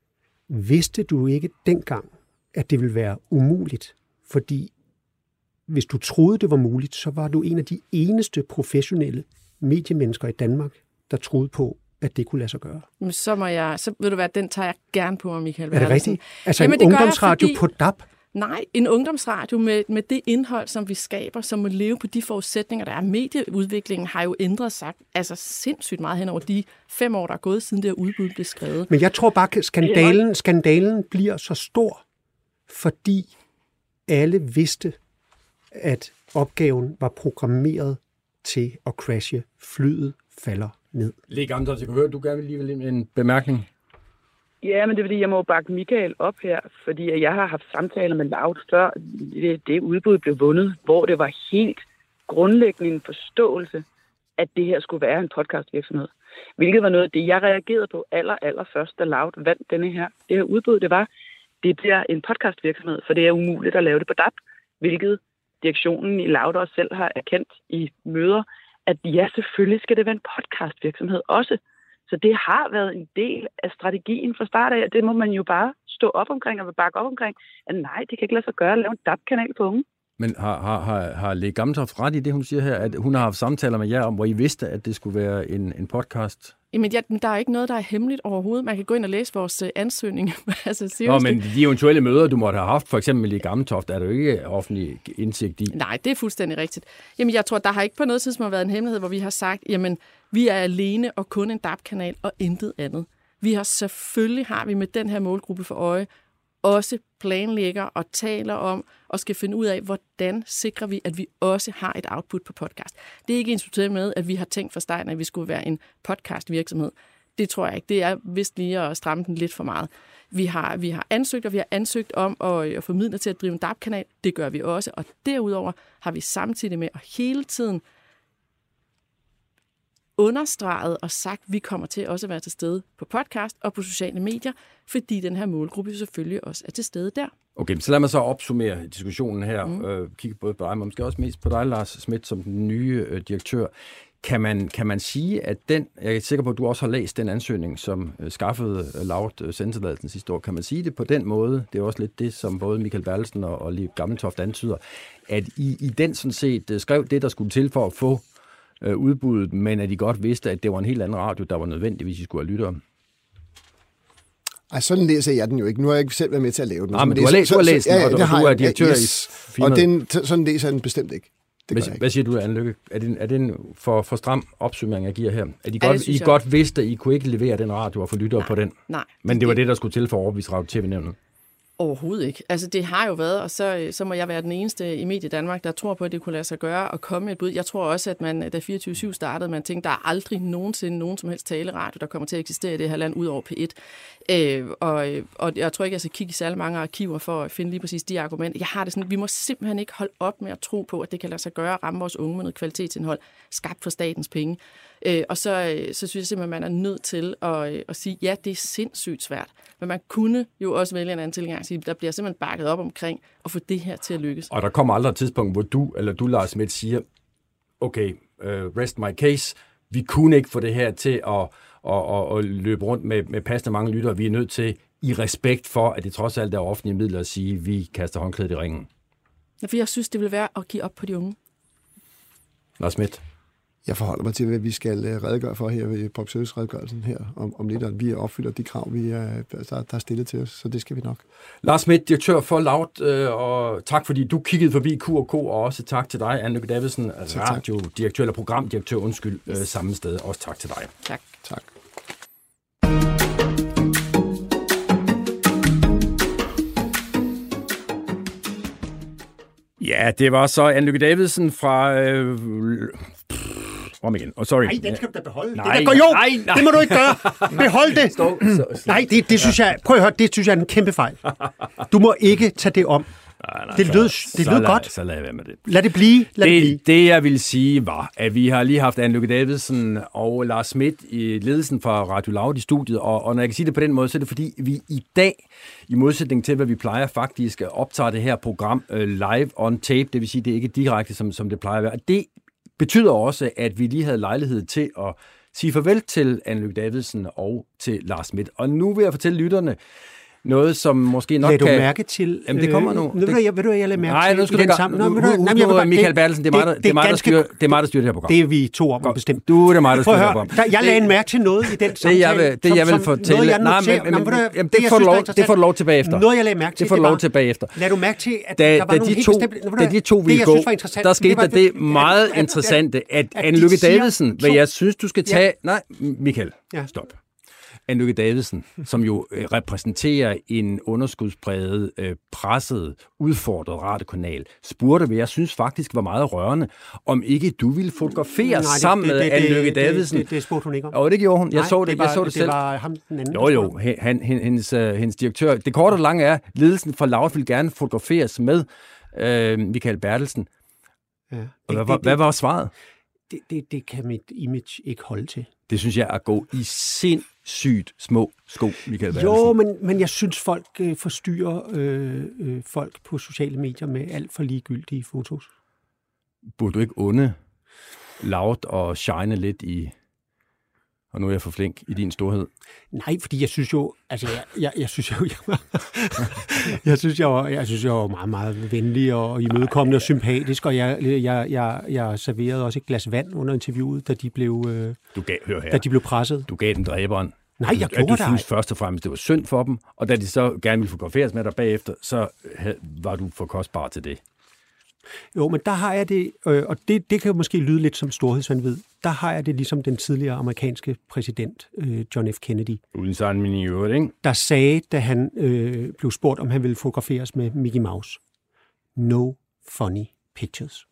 vidste du ikke dengang, at det ville være umuligt? Fordi hvis du troede, det var muligt, så var du en af de eneste professionelle mediemennesker i Danmark, der troede på, at det kunne lade sig gøre. Men så må jeg, så ved du hvad, den tager jeg gerne på mig, Michael. Er det rigtigt? Altså Jamen, en ungdomsradio fordi... på D A B? Nej, en ungdomsradio med, med det indhold, som vi skaber, som må leve på de forudsætninger, der er. Medieudviklingen har jo ændret sig altså sindssygt meget hen over de fem år, der er gået, siden det her udbud blev skrevet. Men jeg tror bare, at skandalen, skandalen bliver så stor, fordi alle vidste, at opgaven var programmeret til at crashe. Flyet falder ned. Lige gammelt, jeg kan høre, du gerne vil lige vil en bemærkning. Ja, men det er fordi, jeg må bakke Michael op her, fordi jeg har haft samtaler med Loud før det, det udbud blev vundet, hvor det var helt grundlæggende en forståelse, at det her skulle være en podcastvirksomhed. Hvilket var noget af det, jeg reagerede på aller, aller først, da Loud vandt denne her. Det her udbud, det var, det bliver en podcastvirksomhed, for det er umuligt at lave det på D A B, hvilket direktionen i Loud også selv har erkendt i møder, at ja, selvfølgelig skal det være en podcastvirksomhed også. Så det har været en del af strategien fra start af, det må man jo bare stå op omkring og bakke op omkring, at nej, det kan ikke lade sig gøre at lave en D A B-kanal på unge. Men har, har, har, har Le Gammeltoft ret i det, hun siger her, at hun har haft samtaler med jer om, hvor I vidste, at det skulle være en, en podcast? Jamen, ja, der er ikke noget, der er hemmeligt overhovedet. Man kan gå ind og læse vores uh, ansøgning. altså, Nå, men de eventuelle møder, du måtte have haft, for eksempel med Le Gammeltoft, er der jo ikke offentlig indsigt i? Nej, det er fuldstændig rigtigt. Jamen, jeg tror, der har ikke på noget tidspunkt været en hemmelighed, hvor vi har sagt, jamen, vi er alene og kun en D A B-kanal og intet andet. Vi har selvfølgelig, har vi med den her målgruppe for øje, også planlægger og taler om og skal finde ud af, hvordan sikrer vi, at vi også har et output på podcast. Det er ikke ensbetydende med, at vi har tænkt fra starten, at vi skulle være en podcast-virksomhed. Det tror jeg ikke. Det er vist lige at stramme den lidt for meget. Vi har, vi har ansøgt, og vi har ansøgt om at, at få midler til at drive en D A B-kanal. Det gør vi også. Og derudover har vi samtidig med at hele tiden understreget og sagt, at vi kommer til også at være til stede på podcast og på sociale medier, fordi den her målgruppe selvfølgelig også er til stede der. Okay, så lad mig så opsummere diskussionen her. Mm. Øh, kigge både på dig, men måske også mest på dig, Lars Schmidt, som den nye øh, direktør. Kan man, kan man sige, at den, jeg er sikker på, at du også har læst den ansøgning, som øh, skaffede øh, Laut øh, sendetilladelsen sidste år. Kan man sige det på den måde, det er også lidt det, som både Michael Bertelsen og, og Liv Gammeltoft antyder, at I, I den sådan set øh, skrev det, der skulle til for at få øh, udbuddet, men at I godt vidste, at det var en helt anden radio, der var nødvendig, hvis I skulle have lyttere? Ej, sådan læser jeg den jo ikke. Nu har jeg ikke selv været med til at lave den. Nej, men du har læst, du har læst den, ja, ja, og, og du er direktør yes. i firmaet. Og den, sådan læser jeg den bestemt ikke. Hvad, hvad siger du, Anne Lykke? Er det, er det en for, for stram opsummering, jeg giver her? Er de godt, I godt vidste, at I kunne ikke levere den radio og få lyttere på den? Nej. Men det var det, der skulle til for at overbevise Radio T V-nævnet? Overhovedet ikke. Altså, det har jo været, og så, så må jeg være den eneste i Medie Danmark, der tror på, at det kunne lade sig gøre og komme et bud. Jeg tror også, at man, da fireogtyve syv startede, man tænkte, der er aldrig nogensinde nogen som helst taleradio, der kommer til at eksistere i det her land, ud over P et. Øh, og, og jeg tror ikke, jeg skal kigge i særlig mange arkiver for at finde lige præcis de argumenter. Jeg har det sådan, vi må simpelthen ikke holde op med at tro på, at det kan lade sig gøre at ramme vores unge med noget kvalitetsindhold, skabt for statens penge. Øh, og så, så synes jeg simpelthen, at man er nødt til at, at sige, ja, det er sindssygt svært. Men man kunne jo også vælge en anden tilgang og sige, der bliver simpelthen bakket op omkring at få det her til at lykkes. Og der kommer aldrig et tidspunkt, hvor du, eller du, Lars Schmidt, siger, okay, uh, rest my case, vi kunne ikke få det her til at, at, at, at løbe rundt med, med passende mange lyttere. Vi er nødt til, i respekt for, at det trods alt er offentlige midler, at sige, at vi kaster håndklædet i ringen. Ja, for jeg synes, det vil være at give op på de unge. Lars Schmidt. Jeg forholder mig til, hvad vi skal redegøre for her ved public service-redegørelsen her om, om lidt, at vi opfylder de krav, vi er, der, der er stillet til os, så det skal vi nok. Lars Schmidt, direktør for Laut, øh, og tak fordi du kiggede forbi Q og K, og også tak til dig, Anne Lykke Davidsen, radiodirektør eller programdirektør, undskyld, øh, samme sted. Også tak til dig. Tak. Tak. Ja, det var så Anne Lykke Davidsen fra... Øh, om igen. Oh, sorry. Nej, den skal du da beholde. Nej, det der, jo, nej, nej. Det må du ikke gøre. Behold det. Stå, så, nej, det, det synes jeg... Prøv at høre, det synes jeg er en kæmpe fejl. Du må ikke tage det om. Nej, nej, det lød, det så lød lad, godt. Så lad jeg være med det. Lad det blive. Lad det, det, blive. det, jeg vil sige, var, at vi har lige haft Anne Lykke Davidsen og Lars Schmidt i ledelsen fra Radio Loud i studiet, og, og når jeg kan sige det på den måde, så er det fordi, vi i dag, i modsætning til, hvad vi plejer faktisk, optager det her program uh, live on tape, det vil sige, det er ikke direkte, som, som det plejer at være. Det betyder også, at vi lige havde lejlighed til at sige farvel til Anne Lykke Davidsen og til Lars Schmidt. Og nu vil jeg fortælle lytterne noget, som måske nok kan... kan... du mærke til... Jamen, det kommer nu. Øh, ved, det... jeg, ved du, jeg lader mærke Nej, til... nu skal du ikke... Sammen... Nu, nu, nu, nu, nu, nu Michael Bertelsen, det er mig, der, det, det, det, ganske... det er mig, der styrer det her program. Det er vi to om, Godt. Bestemt. Du, det er mig, der styrer det her program. Der, jeg lagde en mærke til noget i den samtale. Det, jeg vil, det, jeg vil fortælle... Noget, jeg Nej, men, men, men, jamen, det, får lov, det får du lov til bagefter. Noget, jeg lagde mærke til, det får du lov til bagefter. Lad du mærke til, at da, der var da nogle de helt to, bestemte... Da de to ville gå, der skete der det meget interessante, at Anne Lykke Davidsen, hvad jeg synes, du skal tage... Nej, Michael, stop. Anne Lykke Davidsen, som jo øh, repræsenterer en underskudspræget, øh, presset, udfordret radiokanal, spurgte, hvad jeg synes faktisk var meget rørende, om ikke du ville fotografere Nej, det, sammen med Anne Lykke Davidsen. Det, det, det spurgte hun ikke om. Og det gjorde hun. Jeg Nej, så det, det var, jeg så det, det selv. Det var ham den anden. Jo, jo. Han, hendes, uh, hendes direktør. Det korte og lange er, ledelsen fra Laut vil gerne fotograferes med øh, Michael Bertelsen. Ja, det, hvad, det, hvad, det, hvad var svaret? Det, det, det kan mit image ikke holde til. Det synes jeg er at gå i sindssygt små sko, Michael Bertelsen. Jo, men, men jeg synes, folk øh, forstyrrer øh, øh, folk på sociale medier med alt for ligegyldige fotos. Burde du ikke onde Laut og shine lidt i... Og nu er jeg for flink i din storhed. Nej, fordi jeg synes jo, altså jeg, jeg, jeg synes jo, jeg, jeg synes jeg, var, jeg synes jeg var meget, meget venlig og imødekommende og sympatisk, og jeg, jeg, jeg, jeg serverede også et glas vand under interviewet, da de blev, øh, du gav, hør her. Da de blev presset. Du gav dem dræberen. Nej, jeg gjorde det. Du synes først og fremmest, det var synd for dem, og da de så gerne ville fotograferes med dig bagefter, så var du for kostbar til det. Jo, men der har jeg det, øh, og det, det kan måske lyde lidt som storhedsvanvid, der har jeg det ligesom den tidligere amerikanske præsident, øh, John F. Kennedy. Uden sådan min i øvrigt, ikke? Der sagde, da han øh, blev spurgt, om han ville fotograferes med Mickey Mouse. No funny pictures.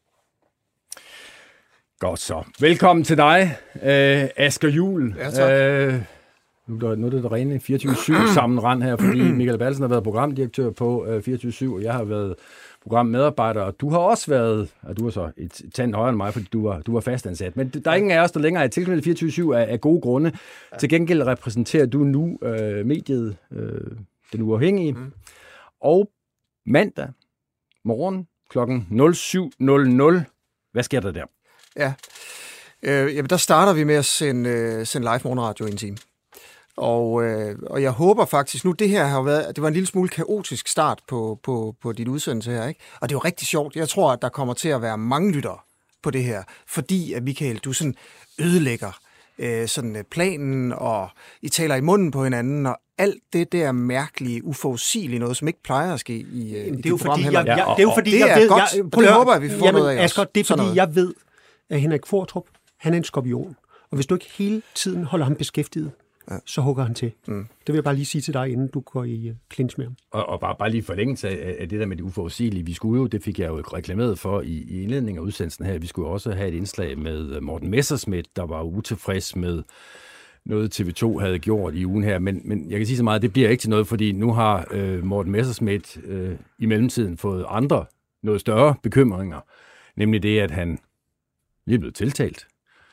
Godt så. Velkommen til dig, øh, Asger Juhl. Ja, tak. Øh, nu, er der, nu er det der rene fireogtyve syv sammenrend her, fordi Michael Bertelsen har været programdirektør på øh, fireogtyve syv, og jeg har været programmedarbejder, og du har også været, og du har så et tand højere end mig, fordi du var, du var fastansat. Men der er ingen af os, der længere er tilknyttet fireogtyve syv af, af gode grunde. Ja. Til gengæld repræsenterer du nu øh, mediet, øh, Den Uafhængige. Mm. Og mandag morgen klokken nul syv nul nul. Hvad sker der der? Ja, Øh, jamen, der starter vi med at sende, øh, sende live morgenradio i en time. Og, øh, og jeg håber faktisk, nu det her har været, det var en lille smule kaotisk start på, på, på dit udsendelse her, ikke? Og det er jo rigtig sjovt. Jeg tror, at der kommer til at være mange lyttere på det her, fordi at Michael, du sådan ødelægger øh, sådan planen, og I taler i munden på hinanden, og alt det der mærkelige, uforudsigelige noget, som ikke plejer at ske i, øh, i det er jo fordi, jeg, jeg, jeg, det er jo fordi, det jeg er ved, godt, jeg, og det håber jeg, vi får jamen, noget af Asger, os. det er Sådan fordi, noget. jeg ved, at Henrik Fortrup, han er en skorpion. Og hvis du ikke hele tiden holder ham beskæftiget, ja. så hugger han til. Mm. Det vil jeg bare lige sige til dig, inden du går i uh, clinch med ham. Og, og bare, bare lige forlængelse af, af det der med det uforudsigelige. Vi skulle jo, det fik jeg jo reklameret for i, i indledningen af udsendelsen her, vi skulle også have et indslag med Morten Messerschmidt, der var utilfreds med noget T V to havde gjort i ugen her. Men, men jeg kan sige så meget, at det bliver ikke til noget, fordi nu har øh, Morten Messerschmidt øh, i mellemtiden fået andre, noget større bekymringer. Nemlig det, at han lige er blevet tiltalt.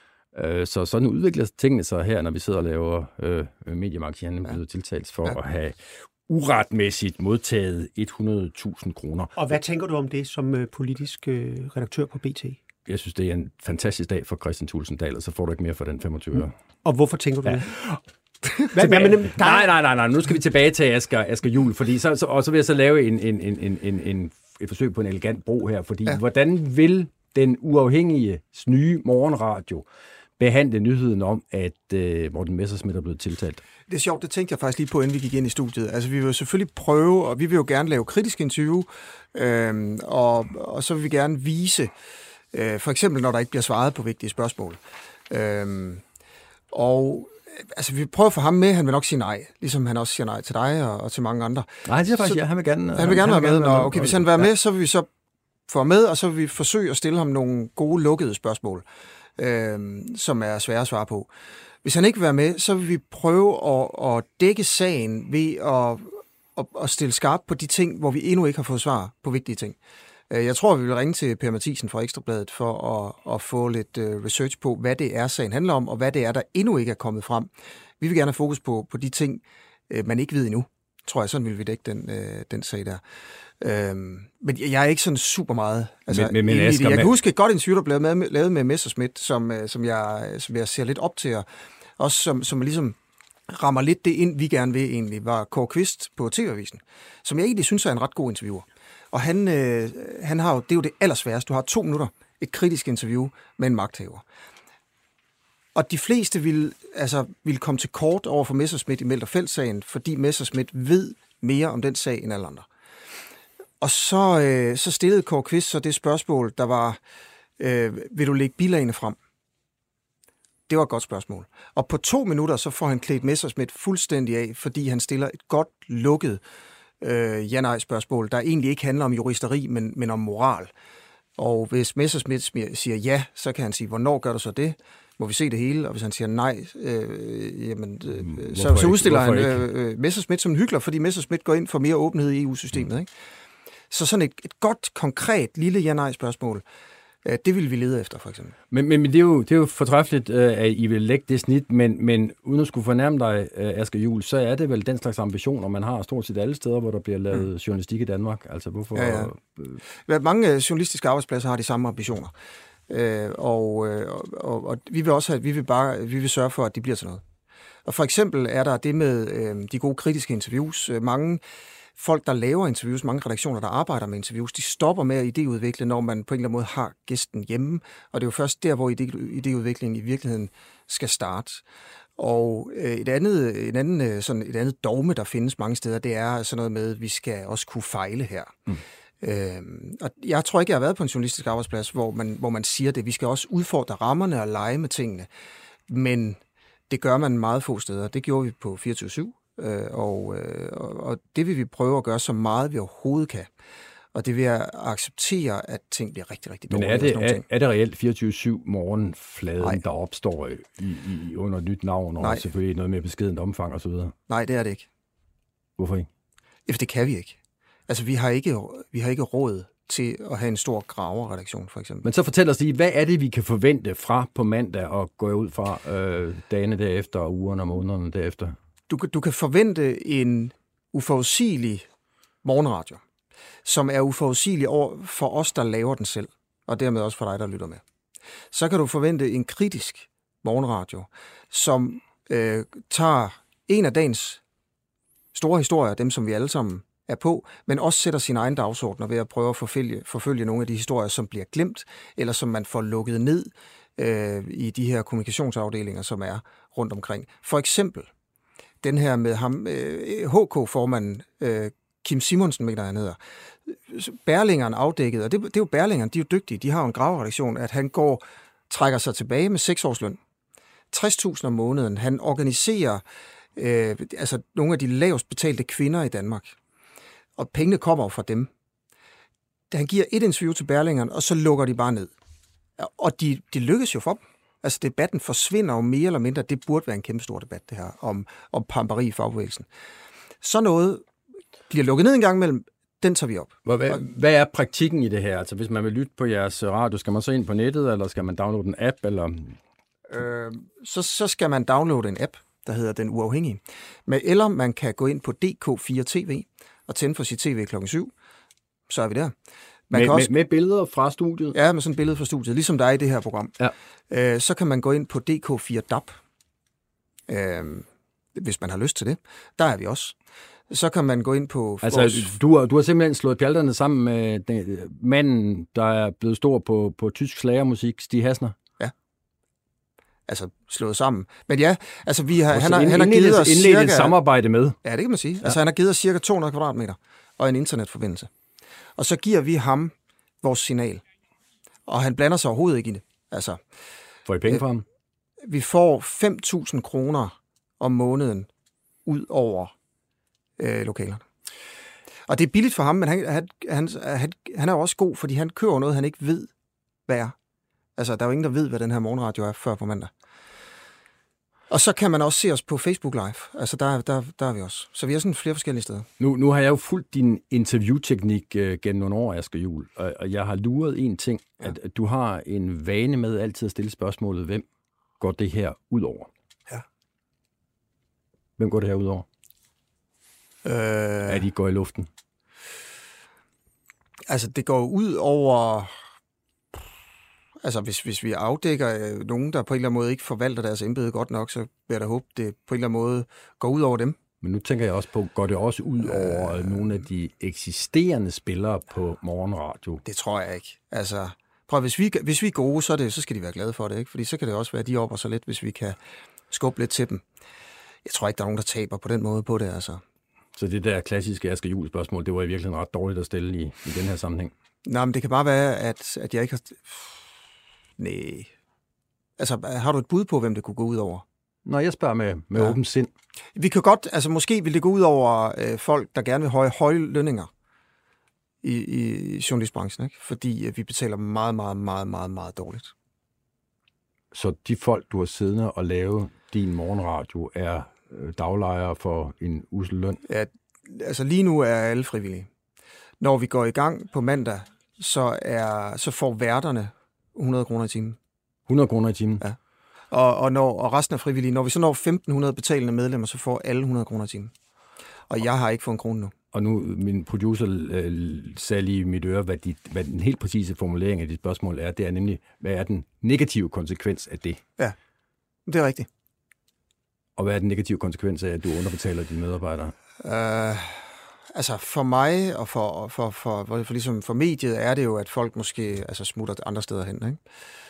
Så sådan udvikler tingene sig her, når vi sidder og laver øh, Mediemagasinet. Han er blevet tiltalt for ja. at have uretmæssigt modtaget hundrede tusind kroner. Og hvad tænker du om det som øh, politisk øh, redaktør på B T? Jeg synes, det er en fantastisk dag for Christian Thulesen Dahl, og så får du ikke mere for den femogtyve øre. Mm. Og hvorfor tænker du ja. det? Hvad, hvad, men, nej, nej, nej, nej. Nu skal vi tilbage til Asger, Asger Juhl, fordi så, så, og så vil jeg så lave en, en, en, en, en, et forsøg på en elegant bro her, fordi ja. hvordan vil den uafhængige nye morgenradio behandle nyheden om, at øh, Morten Messerschmidt er blevet tiltalt? Det er sjovt, det tænkte jeg faktisk lige på, inden vi gik ind i studiet. Altså, vi vil jo selvfølgelig prøve, og vi vil jo gerne lave kritisk interview, øh, og, og så vil vi gerne vise, øh, for eksempel når der ikke bliver svaret på vigtige spørgsmål. Øh, og altså, vi prøver at få ham med, han vil nok sige nej, ligesom han også siger nej til dig og, og til mange andre. Nej, det siger faktisk, så, ja, han vil gerne, han vil gerne han være vil med. gerne Nå, okay, hvis han vil være med, så vil vi så få med, og så vil vi forsøge at stille ham nogle gode, lukkede spørgsmål, øh, som er svære at svare på. Hvis han ikke vil være med, så vil vi prøve at, at dække sagen ved at, at, at stille skarp på de ting, hvor vi endnu ikke har fået svar på vigtige ting. Jeg tror, vi vil ringe til Per Mathisen fra Ekstrabladet for at, at få lidt research på, hvad det er, sagen handler om, og hvad det er, der endnu ikke er kommet frem. Vi vil gerne have fokus på, på de ting, man ikke ved endnu. Tror jeg, sådan vil vi dække den, den sag der. Øhm, men jeg er ikke sådan super meget. Altså, men, men, Asger, jeg kan huske et godt interview, der blev med, lavet med Messerschmidt, som, som, jeg, som jeg ser lidt op til, og også som, som ligesom rammer lidt det ind, vi gerne vil egentlig, var Kåre Kvist på T V-avisen, som jeg egentlig synes er en ret god interviewer. Og han, øh, han har jo, det er jo det allersværeste. Du har to minutter, et kritisk interview med en magthaver. Og de fleste vil, altså, vil komme til kort over for Messerschmidt i Meldt og Felt-sagen, fordi Messerschmidt ved mere om den sag end alle andre. Og så, øh, så stillede Kåre Kvist så det spørgsmål, der var, øh, vil du lægge bilagene frem? Det var et godt spørgsmål. Og på to minutter, så får han klædt Messerschmidt fuldstændig af, fordi han stiller et godt lukket øh, ja-nej-spørgsmål, der egentlig ikke handler om juristeri, men, men om moral. Og hvis Messerschmidt siger ja, så kan han sige, hvornår gør du så det? Må vi se det hele? Og hvis han siger nej, øh, jamen, øh, så, så udstiller han øh, Messerschmidt som en hykler, fordi Messerschmidt går ind for mere åbenhed i E U-systemet. Mm. Ikke? Så sådan et, et godt, konkret, lille ja-nej-spørgsmål, øh, det vil vi lede efter, for eksempel. Men, men, men det, er jo, det er jo fortræffeligt, øh, at I vil lægge det snit, men, men uden at skulle fornærme dig, øh, Asger Juhl, så er det vel den slags ambitioner, man har stort set alle steder, hvor der bliver lavet mm. journalistik i Danmark. Altså, hvorfor? Ja, ja. Mange journalistiske arbejdspladser har de samme ambitioner. Øh, og, og, og vi vil også have, vi vil bare, vi vil sørge for, at de bliver til noget. Og for eksempel er der det med øh, de gode kritiske interviews. Mange folk, der laver interviews, mange redaktioner, der arbejder med interviews, de stopper med at idéudvikle, når man på en eller anden måde har gæsten hjemme. Og det er jo først der, hvor idéudviklingen i virkeligheden skal starte. Og øh, et andet, en anden, sådan et andet dogme, der findes mange steder, det er sådan noget med, at vi skal også kunne fejle her. Mm. Øhm, og jeg tror ikke, jeg har været på en journalistisk arbejdsplads, hvor man, hvor man siger det. Vi skal også udfordre rammerne og lege med tingene. Men det gør man meget få steder. Det gjorde vi på fireogtyve syv, øh, og, øh, og det vil vi prøve at gøre så meget, vi overhovedet kan. Og det vil jeg acceptere, at ting bliver rigtig, rigtig dårlige. Men er det, er, er det reelt fireogtyve syv morgenfladen, der opstår i, i, under et nyt navn, og Nej. selvfølgelig noget mere beskedent omfang osv.? Nej, det er det ikke. Hvorfor ikke? Efter det kan vi ikke. Altså, vi har ikke, vi har ikke råd til at have en stor graverredaktion, for eksempel. Men så fortæl os lige, hvad er det, vi kan forvente fra på mandag og gå ud fra øh, dagene derefter og ugerne og månederne derefter? Du, du kan forvente en uforudsigelig morgenradio, som er uforudsigelig over for os, der laver den selv, og dermed også for dig, der lytter med. så kan du forvente en kritisk morgenradio, som øh, tager en af dagens store historier, dem som vi alle sammen er på, men også sætter sin egen dagsordner ved at prøve at forfølge, forfølge nogle af de historier, som bliver glemt, eller som man får lukket ned øh, i de her kommunikationsafdelinger, som er rundt omkring. For eksempel den her med ham, øh, H K-formanden, øh, Kim Simonsen, mener han hedder. Berlingeren afdækket, og det, det er jo Berlingeren, de er jo dygtige, de har jo en graveredaktion, at han går, trækker sig tilbage med seks års løn. tres tusind om måneden. Han organiserer øh, altså nogle af de lavest betalte kvinder i Danmark. Og pengene kommer jo fra dem. Han giver et interview til Berlingeren, og så lukker de bare ned. Og de, de lykkes jo for dem. Altså debatten forsvinder jo mere eller mindre. Det burde være en kæmpe stor debat, det her, om, om pamperi i fagbevægelsen. Så noget bliver lukket ned en gang imellem, den tager vi op. Hvad, hvad er praktikken i det her? Altså hvis man vil lytte på jeres radio, skal man så ind på nettet, eller skal man downloade en app? Eller? Øh, så, så skal man downloade en app, der hedder Den Uafhængige. Men, eller man kan gå ind på D K fire T V og tænde for sit tv klokken syv. Så er vi der. Man med, kan også, med, med billeder fra studiet? Ja, med sådan et billede fra studiet, ligesom der er i det her program. Ja. Øh, så kan man gå ind på D K fire D A B, øh, hvis man har lyst til det. Der er vi også. Så kan man gå ind på... Altså, vores... du, har, du har simpelthen slået pjalterne sammen med den, manden, der er blevet stor på, på tysk slagermusik, Stig Hassner? Ja. Altså, slået sammen. Men ja, altså, vi har, han, har, han har givet os cirka... et samarbejde med. Ja, det kan man sige. Ja. Altså, han har givet os cirka to hundrede kvadratmeter og en internetforbindelse. Og så giver vi ham vores signal. Og han blander sig overhovedet ikke i det. Altså, får I penge fra ham? Vi får fem tusind kroner om måneden ud over øh, lokalerne. Og det er billigt for ham, men han, han, han, han, han er jo også god, fordi han kører noget, han ikke ved, hvad er. Altså, der er jo ingen, der ved, hvad den her morgenradio er før på mandag. Og så kan man også se os på Facebook Live. Altså, der, der, der er vi også. Så vi er sådan flere forskellige steder. Nu, nu har jeg jo fulgt din interviewteknik øh, gennem nogle år, Asger Juhl, og, og jeg har luret en ting, ja. at, at du har en vane med altid at stille spørgsmålet, hvem går det her ud over? Ja. Hvem går det her ud over? Øh... At I går i luften? Altså, det går ud over... Altså, hvis, hvis vi afdækker øh, nogen, der på en eller anden måde ikke forvalter deres embede godt nok, så vil jeg da håbe, det på en eller anden måde går ud over dem. Men nu tænker jeg også på, går det også ud over øh, nogle af de eksisterende spillere på morgenradio? Det tror jeg ikke. Altså, prøv, hvis vi, hvis vi er gode, så, er det, så skal de være glade for det, ikke? Fordi så kan det også være, at de opper så lidt, hvis vi kan skubbe lidt til dem. Jeg tror ikke, der er nogen, der taber på den måde på det, altså. Så det der klassiske Asger Juhl spørgsmål, det var i virkeligheden ret dårligt at stille i, i den her sammenhæng? Nej, men det kan bare være, at, at jeg ikke har... Nej. Altså, har du et bud på, hvem det kunne gå ud over? Nå, jeg spørger med, med ja. åben sind. Vi kan godt, altså måske vil det gå ud over øh, folk, der gerne vil høje høje lønninger i, i journalistbranchen, ikke? Fordi øh, vi betaler meget, meget, meget, meget, meget dårligt. Så de folk, du har siddende og lavet din morgenradio, er øh, daglejere for en usel løn? Ja, altså lige nu er alle frivillige. Når vi går i gang på mandag, så, er, så får værterne hundrede kroner i timen. hundrede kroner i timen? Ja. Og, og, når, og resten er frivillige. Når vi så når femten hundrede betalende medlemmer, så får alle hundrede kroner i timen. Og jeg har ikke fået en krone nu. Og nu, min producer øh, sagde lige i mit øre, hvad, de, hvad den helt præcise formulering af dit spørgsmål er. Det er nemlig, hvad er den negative konsekvens af det? Ja, det er rigtigt. Og hvad er den negative konsekvens af, at du underbetaler dine medarbejdere? Øh, altså for mig og for, for, for, for, for, ligesom for mediet er det jo, at folk måske altså smutter andre steder hen, ikke?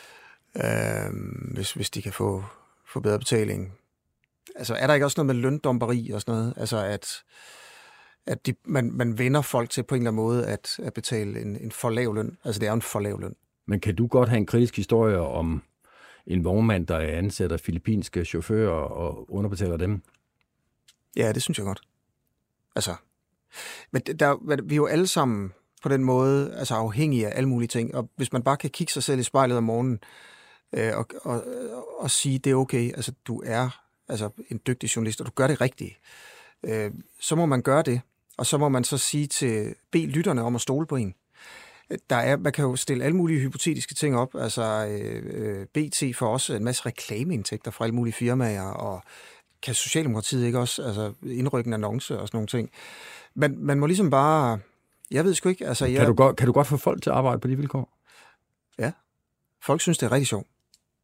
Øh, hvis, hvis de kan få, få bedre betaling. Altså er der ikke også noget med løndumperi og sådan noget? Altså at, at de, man, man vender folk til på en eller anden måde at, at betale en, en for lav løn. Altså det er jo en for lav løn. Men kan du godt have en kritisk historie om en vognmand, der ansætter filippinske chauffører og underbetaler dem? Ja, det synes jeg godt. Altså, men der, vi er jo alle sammen på den måde altså afhængige af alle mulige ting. Og hvis man bare kan kigge sig selv i spejlet om morgenen øh, og, og, og sige, det er okay, altså du er altså en dygtig journalist, og du gør det rigtigt, øh, så må man gøre det. Og så må man så sige til, bed lytterne om at stole på en. Der er, man kan jo stille alle mulige hypotetiske ting op. Altså øh, B T får også en masse reklameindtægter fra alle mulige firmaer, og kan Socialdemokratiet ikke også altså, indrykke en annonce og sådan nogle ting. Men man må ligesom bare... Jeg ved sgu ikke... Altså, jeg... kan, du godt, kan du godt få folk til at arbejde på de vilkår? Ja, Folk synes, det er rigtig sjovt.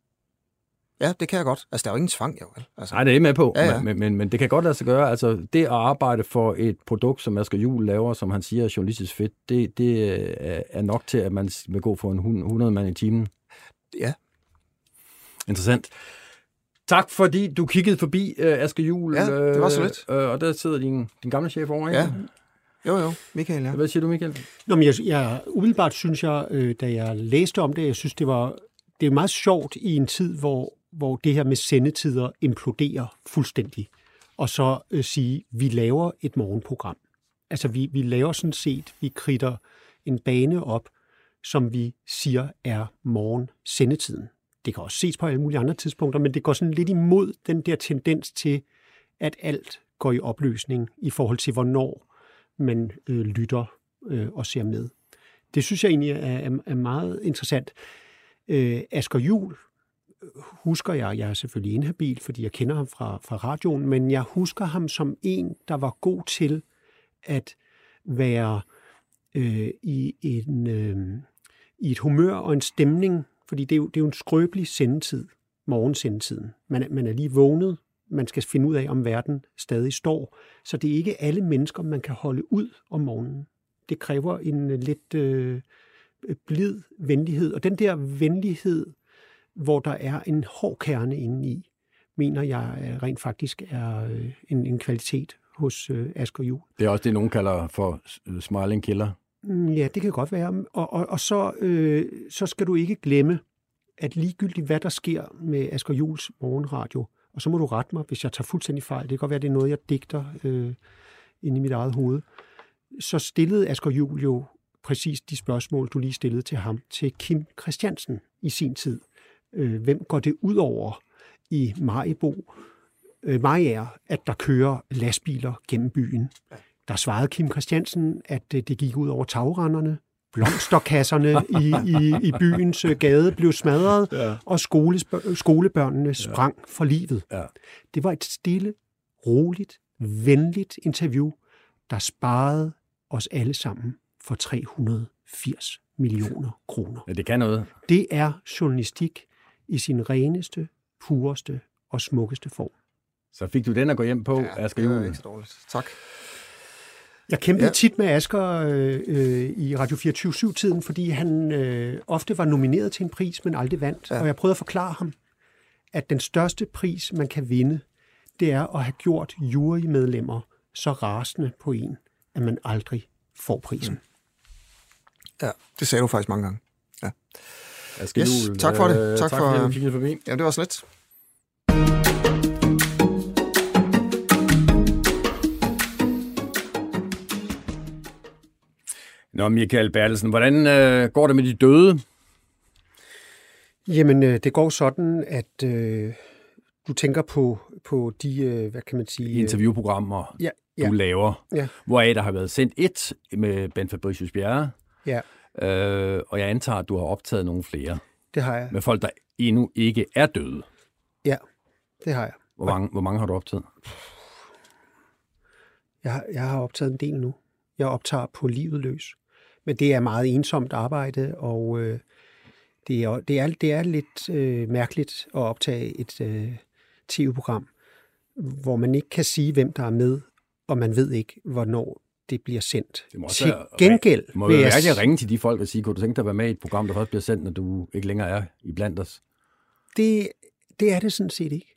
Ja, det kan jeg godt. Altså, der er jo ingen tvang, jo. Altså. Nej, det er med på, ja, ja. Men, men, men det kan godt lade sig gøre. Altså, det at arbejde for et produkt, som Asger Juhl laver, som han siger er journalistisk fedt, det, det er nok til, at man vil gå for en hundrede mand i timen. Ja. Interessant. Tak, fordi du kiggede forbi, uh, Asger Juhl. Ja, det var så lidt. Uh, og der sidder din, din gamle chef over, ikke? Ja. Jo, jo. Michael, ja. Hvad siger du, Michael? Nå, men jeg, jeg, umiddelbart synes jeg, øh, da jeg læste om det, jeg synes, det var det er meget sjovt i en tid, hvor, hvor det her med sendetider imploderer fuldstændig. Og så øh, sige, vi laver et morgenprogram. Altså, vi, vi laver sådan set, vi kridter en bane op, som vi siger er morgensendetiden. Det kan også ses på alle mulige andre tidspunkter, men det går sådan lidt imod den der tendens til, at alt går i opløsning i forhold til, hvornår man øh, lytter øh, og ser med. Det synes jeg egentlig er, er, er meget interessant. Øh, Asger Juhl husker jeg, jeg er selvfølgelig inhabil, fordi jeg kender ham fra, fra radioen, men jeg husker ham som en, der var god til at være øh, i, en, øh, i et humør og en stemning, fordi det er jo, det er jo en skrøbelig sendetid, morgensendetiden. Man, man er lige vågnet, man skal finde ud af, om verden stadig står. Så det er ikke alle mennesker, man kan holde ud om morgenen. Det kræver en lidt øh, blid venlighed. Og den der venlighed, hvor der er en hård kerne indeni, mener jeg rent faktisk er øh, en, en kvalitet hos øh, Asger Juhl. Det er også det, nogen kalder for smiling killer. Ja, det kan godt være. Og, og, og så, øh, så skal du ikke glemme, at ligegyldigt hvad der sker med Asger Juhls morgenradio, og så må du rette mig, hvis jeg tager fuldstændig fejl. Det kan godt være, det er noget, jeg digter øh, inde i mit eget hoved. Så stillede Asger Juhl jo præcis de spørgsmål, du lige stillede til ham, til Kim Christiansen i sin tid. Øh, hvem går det ud over i Maribo, øh, Mariager, at der kører lastbiler gennem byen? Der svarede Kim Christiansen, at øh, det gik ud over tagrenderne. Blomsterkasserne i, i, i byens gade blev smadret, ja. Og skolesbør- skolebørnene sprang ja. For livet. Ja. Det var et stille, roligt, venligt interview, der sparede os alle sammen for tre hundrede og firs millioner kroner. Ja, det kan noget. Det er journalistik i sin reneste, pureste og smukkeste form. Så fik du den at gå hjem på, ja, Asger Juhl. Det er ikke så dårligt. Tak. Jeg kæmpede ja. tit med Asger øh, øh, i Radio fireogtyve syv-tiden, fordi han øh, ofte var nomineret til en pris, men aldrig vandt. Ja. Og jeg prøvede at forklare ham, at den største pris, man kan vinde, det er at have gjort jurymedlemmer så rasende på en, at man aldrig får prisen. Mm. Ja, det sagde du faktisk mange gange. Ja. Asger yes, Juhl, tak for det. Øh, tak, tak for, fordi du kiggede forbi. Ja, det var så lidt. Nå, Michael Bertelsen, hvordan øh, går det med de døde? Jamen, øh, det går sådan, at øh, du tænker på, på de, øh, hvad kan man sige... Interviewprogrammer, ja, ja. du laver, ja. hvoraf der har været sendt et med Ben Fabricius Bjerre, ja. øh, og jeg antager, at du har optaget nogle flere. Det har jeg. Med folk, der endnu ikke er døde. Ja, det har jeg. Hvor mange, hvor mange har du optaget? Jeg, jeg har optaget en del nu. Jeg optager på livet løs. Men det er meget ensomt arbejde, og øh, det, er, det, er, det er lidt øh, mærkeligt at optage et øh, tv-program, hvor man ikke kan sige, hvem der er med, og man ved ikke, hvornår det bliver sendt. Det må til gengæld det må være værdigt at ringe til de folk og sige, kunne du tænke dig at være med i et program, der først bliver sendt, når du ikke længere er i blandt os? Det, det er det sådan set ikke.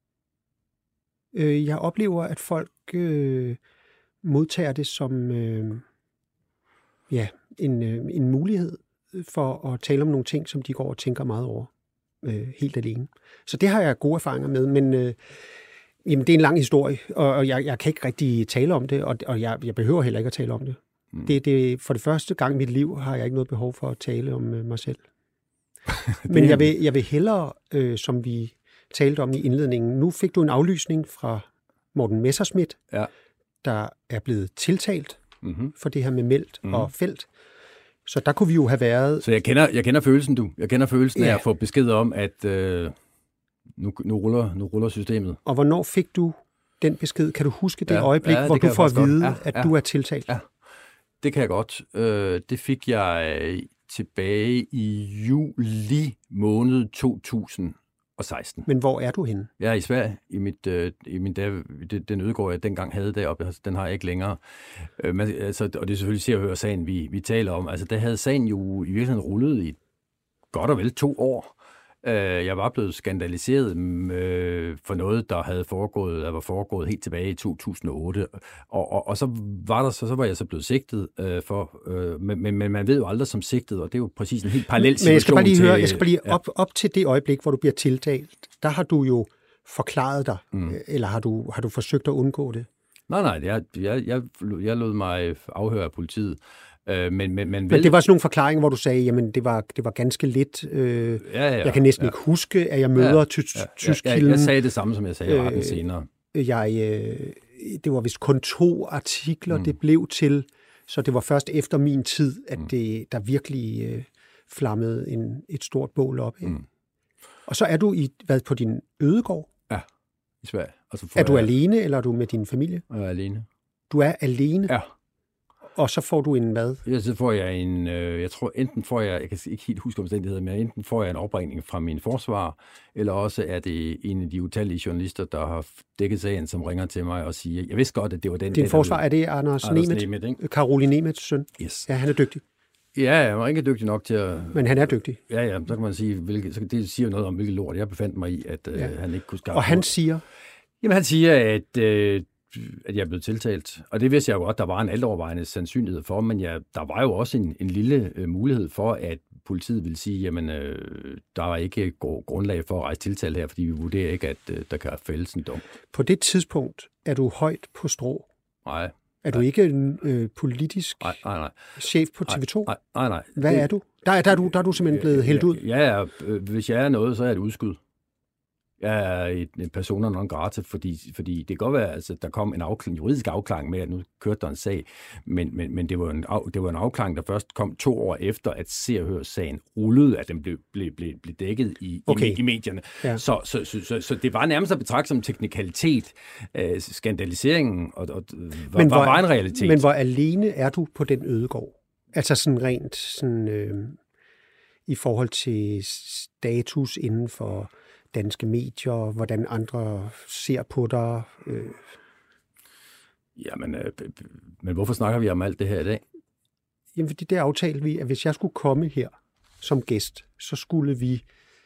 Jeg oplever, at folk øh, modtager det som... Øh, Ja, en, øh, en mulighed for at tale om nogle ting, som de går og tænker meget over øh, helt alene. Så det har jeg gode erfaringer med, men øh, jamen, det er en lang historie, og, og jeg, jeg kan ikke rigtig tale om det, og, og jeg, jeg behøver heller ikke at tale om det. Mm. det, det. For det første gang i mit liv har jeg ikke noget behov for at tale om øh, mig selv. Men jeg vil, jeg vil hellere, øh, som vi talte om i indledningen, nu fik du en aflysning fra Morten Messerschmidt, ja. der er blevet tiltalt mm-hmm. for det her med Meldt mm-hmm. og Felt. Så der kunne vi jo have været... Så jeg kender, jeg kender følelsen, du. Jeg kender følelsen ja. af at få besked om, at øh, nu, nu, ruller, nu ruller systemet. Og hvornår fik du den besked? Kan du huske det ja, øjeblik, ja, hvor det du får at vide, ja, at ja. du er tiltalt? Ja, det kan jeg godt. Øh, det fik jeg tilbage i juli måned to tusind og seksten. Men hvor er du henne? Jeg er i Sverige, i, mit, øh, i min dag, den ødegård, jeg dengang havde deroppe. Den har jeg ikke længere. Øh, men, altså, og det er selvfølgelig Se og Hør sagen, vi, vi taler om. Altså, der havde sagen jo i virkeligheden rullet i godt og vel to år. Øh, jeg var blevet skandaliseret øh, for noget, der havde foregået, der var foregået helt tilbage i to tusind og otte. Og, og, og så var der så, så var jeg så blevet sigtet øh, for, øh, men, men, men man ved jo aldrig som sigtet, og det er jo præcis en helt parallel situation. Men jeg skal bare lige til, høre, jeg skal bare lige op, ja. op til det øjeblik, hvor du bliver tiltalt, der har du jo forklaret dig, mm. eller har du, har du forsøgt at undgå det? Nej, nej, jeg, jeg, jeg, jeg lod mig afhøre af politiet. Øh, men, men, men, men det var sådan nogle forklaringer, hvor du sagde, jamen det var, det var ganske lidt. Øh, ja, ja, jeg kan næsten ja. ikke huske, at jeg møder ja, ty- ja, Tyskilden. Jeg, jeg sagde det samme, som jeg sagde i retten øh, senere. Jeg, øh, det var vist kun to artikler, mm. det blev til, så det var først efter min tid, at mm. det, der virkelig øh, flammede en, et stort bål op. Mm. Og så er du i, hvad, på din ødegård? Ja, i Sverige. Altså er du jeg... alene, eller er du med din familie? Jeg er alene. Du er alene? Ja. Og så får du en hvad? Ja, så får jeg en, øh, jeg tror enten får jeg, jeg kan ikke helt huske omstændigheder, men enten får jeg en opringning fra min forsvar, eller også er det en af de utallige journalister, der har dækket sagen, som ringer til mig og siger, jeg vidste godt, at det var den... Din den, forsvar, er det Anders, Anders Nemeth? Nemeth, ikke? Caroline Nemeths søn? Yes. Ja, han er dygtig. Ja, jeg var ikke dygtig nok til at... Men han er dygtig. Ja, ja, så kan man sige, hvilke, så det siger noget om, hvilket lort jeg befandt mig i, at ja. øh, han ikke kunne skaffe... Og han siger? Jamen, han siger, at... Øh, at jeg er blevet tiltalt. Og det vidste jeg jo godt, der var en altovervejende sandsynlighed for, men jeg, der var jo også en, en lille øh, mulighed for, at politiet ville sige, jamen, øh, der er ikke grundlag for at rejse tiltale her, fordi vi vurderer ikke, at øh, der kan fældes en dom. På det tidspunkt er du højt på strå. Nej. Er du ikke en øh, politisk nej, nej, nej. chef på T V to? Nej, nej, nej. Hvad det, er du? Der er, der, er du? der er du simpelthen blevet hældt ud? Ja, ja, hvis jeg er noget, så er det udskud. Jeg er et, en persona non grata, fordi, fordi det kan godt være, at altså, der kom en, afklar, en juridisk afklaring med, at nu kørte der en sag, men, men, men det, var en, det var en afklaring, der først kom to år efter, at Se og Hør-sagen rullede, at den blev, blev, blev, blev dækket i, okay. i, i medierne. Ja. Så, så, så, så, så det var nærmest at betragte som teknikalitet. Øh, skandaliseringen og, og, var, men hvor, var en realitet. Men hvor alene er du på den ødegård? Altså sådan rent sådan, øh, i forhold til status inden for danske medier, hvordan andre ser på dig? Øh. Jamen, øh, men hvorfor snakker vi om alt det her i dag? Jamen, fordi det aftalte vi, at hvis jeg skulle komme her som gæst, så skulle vi,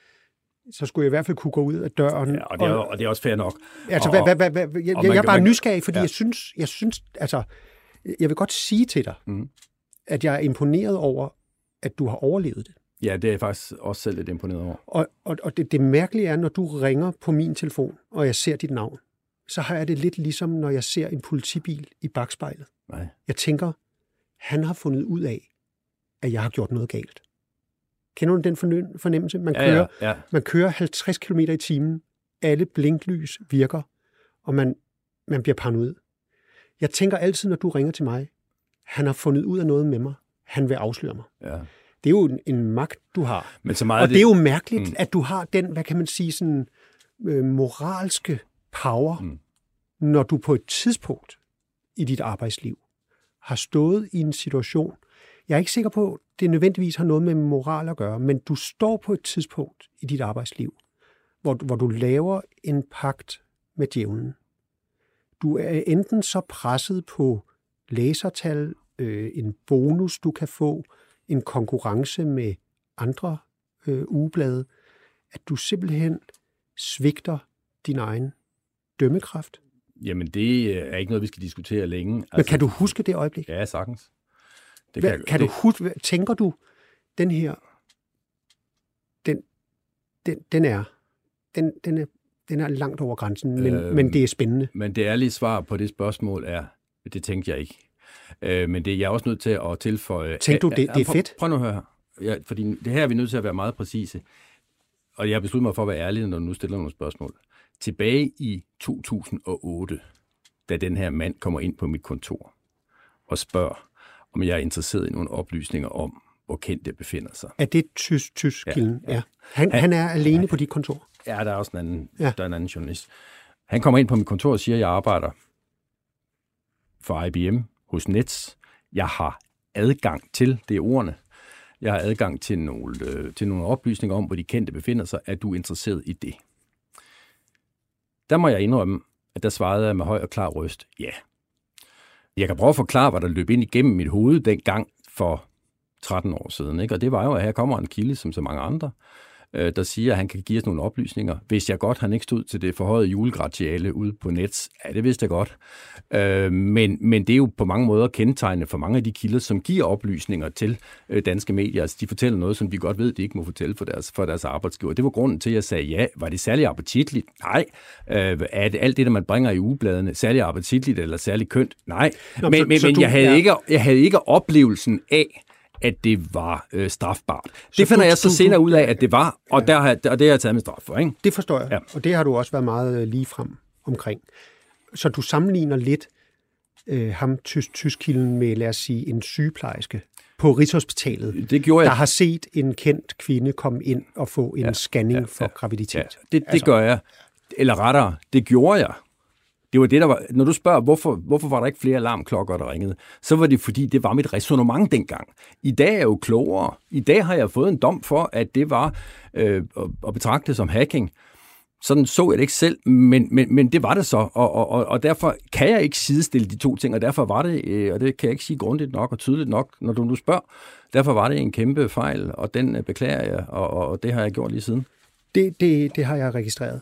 så skulle jeg i hvert fald kunne gå ud af døren. Ja, og det er, og, og det er også fair nok. Altså, og, hvad, hvad, hvad, jeg, jeg, jeg er bare man, nysgerrig, fordi ja. jeg synes, jeg synes, altså, jeg vil godt sige til dig, mm. at jeg er imponeret over, at du har overlevet det. Ja, det er jeg faktisk også selv lidt imponeret over. Og, og, og det, det mærkelige er, når du ringer på min telefon, og jeg ser dit navn, så har jeg det lidt ligesom, når jeg ser en politibil i bakspejlet. Nej. Jeg tænker, han har fundet ud af, at jeg har gjort noget galt. Kender du den fornemmelse? Man kører, ja, ja, ja. Man kører halvtreds kilometer i timen, alle blinklys virker, og man, man bliver paranoid. Jeg tænker altid, når du ringer til mig, han har fundet ud af noget med mig. Han vil afsløre mig. Ja. Det er jo en, en magt, du har. Men så meget og det... det er jo mærkeligt, mm. at du har den, hvad kan man sige, sådan øh, moralske power, mm. når du på et tidspunkt i dit arbejdsliv har stået i en situation. Jeg er ikke sikker på, at det nødvendigvis har noget med moral at gøre, men du står på et tidspunkt i dit arbejdsliv, hvor, hvor du laver en pagt med djævlen. Du er enten så presset på læsertal, øh, en bonus, du kan få, en konkurrence med andre øh, ugeblade, at du simpelthen svigter din egen dømmekraft. Jamen, det er ikke noget, vi skal diskutere længe. Men altså, kan du huske det øjeblik? Ja, sagtens. Det kan, Hva, kan det... du huske, tænker du, den her, den, den, den er, den, den er, den er langt over grænsen, men, øh, men det er spændende. Men det ærlige svar på det spørgsmål er, det tænkte jeg ikke. Øh, men det jeg er også nødt til at tilføje... Tænkte du, det, det er prøv, fedt? Prøv nu at høre her. Ja, fordi det her er vi nødt til at være meget præcise. Og jeg har besluttet mig for at være ærlig, når du nu stiller nogle spørgsmål. Tilbage i to tusind og otte, da den her mand kommer ind på mit kontor og spørger, om jeg er interesseret i nogle oplysninger om, hvor kendt det befinder sig. Er det tysk, tysk ja, kilden? Ja. Han, han, han er alene ja, på dit kontor? Ja, der er også en anden, ja. der er en anden journalist. Han kommer ind på mit kontor og siger, at jeg arbejder for I B M hos Nets. Jeg har adgang til, det er ordene, jeg har adgang til nogle, øh, til nogle oplysninger om, hvor de kendte befinder sig. Er du interesseret i det? Der må jeg indrømme, at der svarede jeg med høj og klar røst, ja. Jeg kan prøve at forklare, hvad der løb ind igennem mit hoved dengang for tretten år siden. Ikke? Og det var jo, at her kommer en kilde, som så mange andre, øh, der siger, at han kan give os nogle oplysninger. Hvis jeg godt, han ikke stod til det forhøjede julegratiale ude på net. Ja, det vidste jeg godt. Øh, men, men det er jo på mange måder kendetegnende for mange af de kilder, som giver oplysninger til øh, danske medier. Altså, de fortæller noget, som de godt ved, de ikke må fortælle for deres, for deres arbejdsgiver. Det var grunden til, at jeg sagde ja. Var det særlig appetitligt? Nej. Øh, er det alt det, der man bringer i ugebladene, særlig appetitligt eller særlig kønt? Nej. Nå, men så, men, så men du, jeg, havde ja. ikke, jeg havde ikke oplevelsen af, at det var øh, strafbart. Så det finder du, jeg så du, senere ud af, at det var, og, ja. der har, og det har jeg taget med straf for. Ikke? Det forstår jeg, ja. Og det har du også været meget lige frem omkring. Så du sammenligner lidt øh, ham tysk, tyskilden med, lad os sige, en sygeplejerske på Rigshospitalet, det gjorde jeg. Der har set en kendt kvinde komme ind og få en ja. scanning ja. for ja. graviditet. Ja. Det, det altså. gør jeg. Eller rettere, det gjorde jeg. Det var det, der var... Når du spørger, hvorfor, hvorfor var der ikke flere alarmklokker, der ringede, så var det, fordi det var mit ræsonnement dengang. I dag er jeg jo klogere. I dag har jeg fået en dom for, at det var øh, at betragte som hacking. Sådan så jeg det ikke selv, men, men, men det var det så, og, og, og derfor kan jeg ikke sidestille de to ting, og derfor var det, øh, og det kan jeg ikke sige grundigt nok og tydeligt nok, når du nu spørger, derfor var det en kæmpe fejl, og den beklager jeg, og, og det har jeg gjort lige siden. Det, det, det har jeg registreret.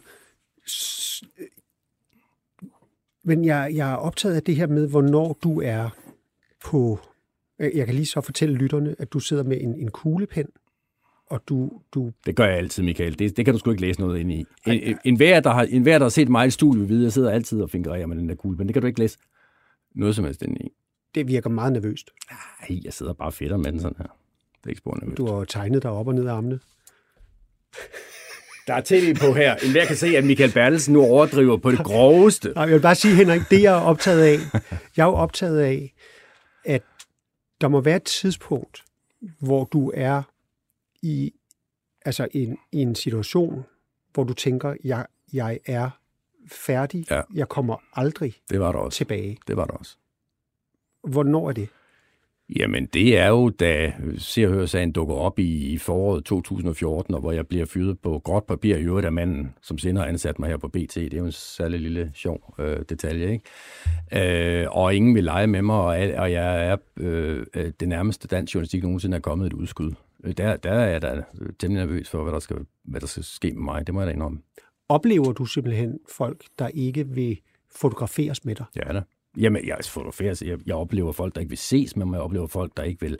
Men jeg, jeg er optaget af det her med, hvornår du er på... Jeg kan lige så fortælle lytterne, at du sidder med en, en kuglepen, og du, du... Det gør jeg altid, Michael. Det, det kan du sgu ikke læse noget ind i. En, en, en, hver, der har, en hver, der har set mig i studiet, ved, jeg sidder altid og fingererer med den der kuglepen. Det kan du ikke læse noget som helst ind i. Det virker meget nervøst. Nej, jeg sidder bare fedt med den sådan her. Det er ikke spor nervøst. Du har tegnet dig op og ned af armene. Der er tv på her. En hver kan se, at Michael Bertelsen nu overdriver på det groveste. Nej, jeg vil bare sige, Henrik, det jeg er optaget af, jeg er jo optaget af, at der må være et tidspunkt, hvor du er i, altså en, i en situation, hvor du tænker, jeg, jeg er færdig, ja. Jeg kommer aldrig det var der også. tilbage. Det var der også. Hvornår er det? Jamen, det er jo, da Se og Hør-sagen dukker op i, i foråret to tusind og fjorten, og hvor jeg bliver fyret på gråt papir i øvrigt af manden, som senere har ansat mig her på B T. Det er jo en særlig lille sjov øh, detalje, ikke? Øh, og ingen vil lege med mig, og, og jeg er øh, det nærmeste dansk journalistik nogensinde er kommet et udskud. Der, der er jeg da temmelig nervøs for, hvad der, skal, hvad der skal ske med mig. Det må jeg da indrømme. Oplever du simpelthen folk, der ikke vil fotograferes med dig? Ja da. Jamen, jeg fotograferer, jeg, jeg oplever folk, der ikke vil ses med mig, jeg oplever folk, der ikke vil...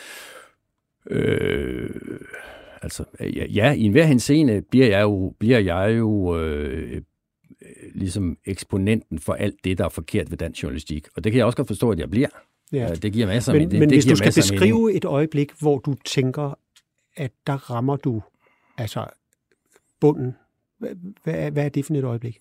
Øh, altså, ja, ja, i enhver henseende bliver jeg jo, bliver jeg jo øh, ligesom eksponenten for alt det, der er forkert ved dansk journalistik. Og det kan jeg også godt forstå, at jeg bliver. Ja. Det giver masser men, af det, Men det hvis giver du skal beskrive et øjeblik, hvor du tænker, at der rammer du altså bunden, hvad, hvad, hvad er det for et øjeblik?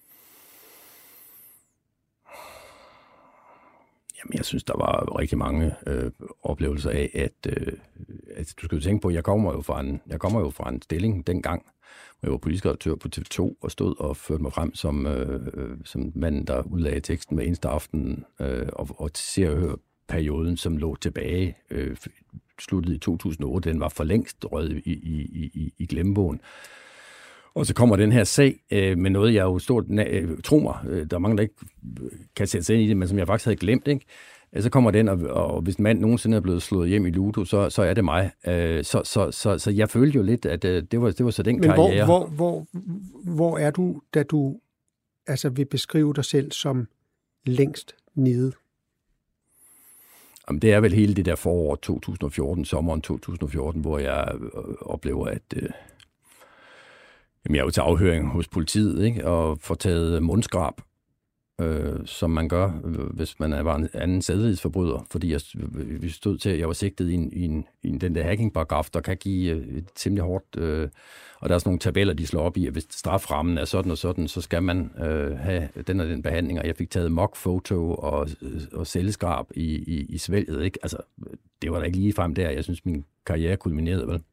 Jamen, jeg synes, der var rigtig mange øh, oplevelser af, at, øh, at du skal jo tænke på, jeg kommer jo fra en, jeg kommer jo fra en stilling dengang, hvor jeg var politisk redaktør på T V to og stod og førte mig frem som, øh, som manden, der udlagde teksten hver eneste aften, øh, og, og Se og Hør perioden, som lå tilbage, øh, sluttede i to tusind og otte, den var for længst røget i, i, i, i glemmebogen. Og så kommer den her sag øh, med noget, jeg jo stort øh, tro mig, øh, der er mange, der ikke kan sætte sig ind i det, men som jeg faktisk havde glemt, ikke? Så kommer den, og, og hvis en mand nogensinde er blevet slået hjem i Ludo, så, så er det mig. Øh, så, så, så, så jeg følte jo lidt, at øh, det, var, det var så den men karriere. Hvor, hvor, hvor, hvor er du, da du altså, vil beskrive dig selv som længst nede? Jamen, det er vel hele det der forår to tusind og fjorten, sommeren to tusind og fjorten, hvor jeg øh, oplever, at... Øh, Jamen, jeg er jo til afhøring hos politiet, ikke? Og får taget mundskrab, øh, som man gør, hvis man var en anden sædelighedsforbryder. Fordi jeg, vi stod til, at jeg var sigtet i, en, i, en, i den der hacking-paragraf, der kan give et temmelig hårdt... Øh, og der er sådan nogle tabeller, de slår op i, at hvis straframmen er sådan og sådan, så skal man øh, have den og den behandling. Og jeg fik taget mock-foto og, og celleskrab i, i, i svælget, ikke? Altså, det var da ikke lige frem der. Jeg synes, min karriere kulminerede, vel?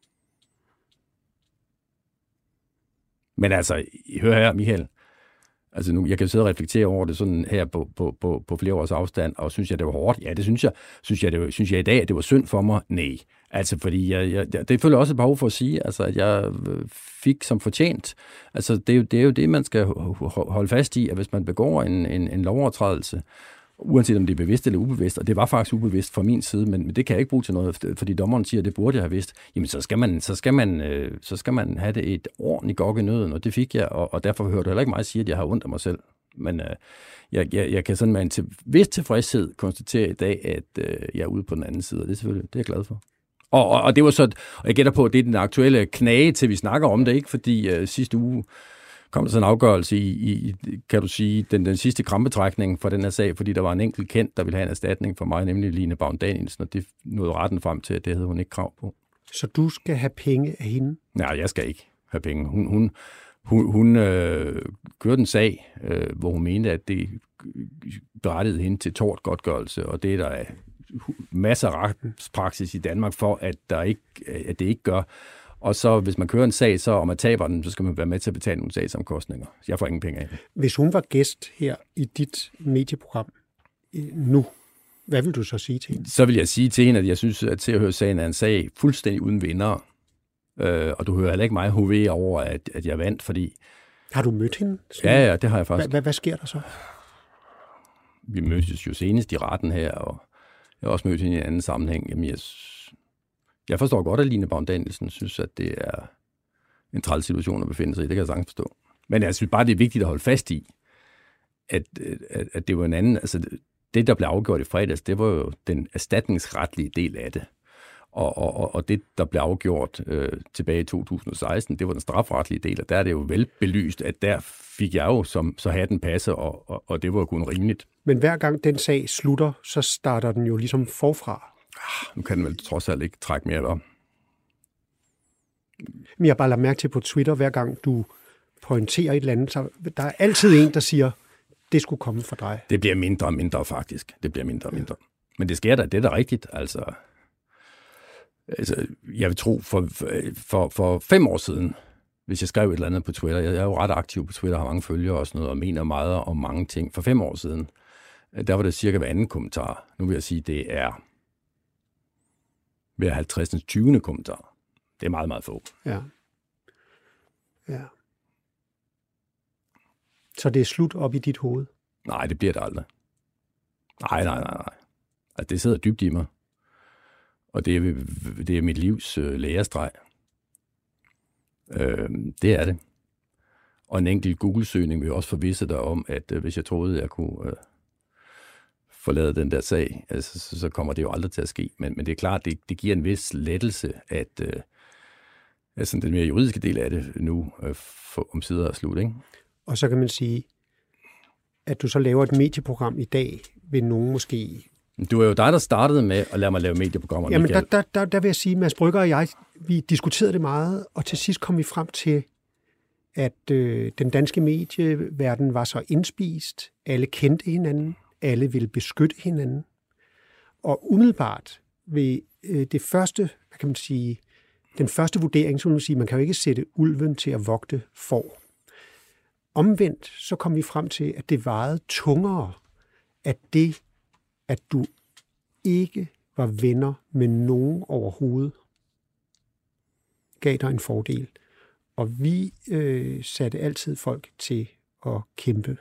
Men altså, hør her, Michael. Altså nu, jeg kan sidde og reflektere over det sådan her på, på, på, på flere års afstand, og synes jeg, det var hårdt? Ja, det synes jeg. Synes jeg, det var, synes jeg i dag, at det var synd for mig? Nej. Altså, fordi jeg, jeg, det føler også et behov for at sige, altså, at jeg fik som fortjent. Altså, det er jo det, er jo det man skal holde fast i, at hvis man begår en, en, en lovovertrædelse, uanset om det er bevidst eller ubevidst, og det var faktisk ubevidst fra min side, men det kan jeg ikke bruge til noget, fordi dommeren siger, at det burde jeg have vidst, jamen så skal man, så skal man, øh, så skal man have det et ordentligt gok i nøden, og det fik jeg, og, og derfor hørte du heller ikke mig sige, at jeg har ondt af mig selv. Men øh, jeg, jeg, jeg kan sådan med en til, vis tilfredshed konstatere i dag, at øh, jeg er ude på den anden side, og det er selvfølgelig, det er jeg glad for. Og, og, og det var så, og jeg gætter på, at det er den aktuelle knage, til vi snakker om det, ikke? Fordi øh, sidste uge kom der sådan en afgørelse i, i, kan du sige, den, den sidste krampetrækning for den her sag, fordi der var en enkelt kendt, der ville have en erstatning for mig, nemlig Line Baun-Danielsen, og det nåede retten frem til, at det havde hun ikke krav på. Så du skal have penge af hende? Nej, jeg skal ikke have penge. Hun, hun, hun, hun øh, kørte en sag, øh, hvor hun mente, at det berettigede hende til tortgodtgørelse, og det er der masser af retspraksis i Danmark for, at, der ikke, at det ikke gør. Og så hvis man kører en sag, så og man taber den, så skal man være med til at betale nogle sagsomkostninger. Jeg får ingen penge af det. Hvis hun var gæst her i dit medieprogram nu, hvad vil du så sige til hende? Så vil jeg sige til hende, at jeg synes, at Se og Hør sagen er en sag fuldstændig uden vinder. Øh, og du hører heller ikke mig hovede over, at, at jeg vandt, fordi... Har du mødt hende? Ja, ja, det har jeg faktisk. Hvad, hvad sker der så? Vi mødtes jo senest i retten her, og jeg har også mødt hende i en anden sammenhæng. Jamen, jeg... Jeg forstår godt, at Line Baun-Danielsen synes, at det er en træls situation at befinde sig i. Det kan jeg sagtens forstå. Men jeg synes bare, det er vigtigt at holde fast i, at, at, at det var en anden... Altså, det, der blev afgjort i fredags, det var jo den erstatningsretlige del af det. Og, og, og det, der blev afgjort øh, tilbage i to tusind og seksten, det var den strafretlige del, og der er det jo velbelyst, at der fik jeg jo som så hatten passe, og, og, og det var jo kun rimeligt. Men hver gang den sag slutter, så starter den jo ligesom forfra. Nu kan den vel trods alt ikke trække mere op. Men jeg bare lader mærke til på Twitter, hver gang du pointerer et eller andet, så der er altid en, der siger, det skulle komme fra dig. Det bliver mindre og mindre faktisk. Det bliver mindre og mindre. Men det sker da, det er da rigtigt. Altså, altså jeg vil tro, for, for, for fem år siden, hvis jeg skrev et eller andet på Twitter, jeg er jo ret aktiv på Twitter, har mange følgere og sådan noget, og mener meget om mange ting. For fem år siden, der var det cirka hver anden kommentar. Nu vil jeg sige, det er hver halvtreds tyvende kommentar. Det er meget, meget få. Ja. Ja. Så det er slut op i dit hoved? Nej, det bliver det aldrig. Nej, nej, nej, nej. Altså, det sidder dybt i mig. Og det er, det er mit livs øh, lærestreg. Øh, det er det. Og en enkelt Google-søgning vil også forvisse dig om, at øh, hvis jeg troede, jeg kunne... Øh, forlade den der sag, altså, så, så kommer det jo aldrig til at ske. Men, men det er klart, det, det giver en vis lettelse, at øh, altså, den mere juridiske del af det nu øh, for, om sider er slut, ikke? Og så kan man sige, at du så laver et medieprogram i dag, vil nogen måske... Du er jo dig, der startede med at lade mig lave medieprogrammer. Jamen, der, der, der, der vil jeg sige, Mads Brügger og jeg, vi diskuterede det meget, og til sidst kom vi frem til, at øh, den danske medieverden var så indspist, alle kendte hinanden, alle vil beskytte hinanden. Og umiddelbart ved øh, det første, hvad kan man sige, den første vurdering, så man sige, man kan jo ikke sætte ulven til at vogte får. Omvendt, så kom vi frem til, at det vejede tungere, at det, at du ikke var venner med nogen overhovedet, gav dig en fordel. Og vi øh, satte altid folk til at kæmpe.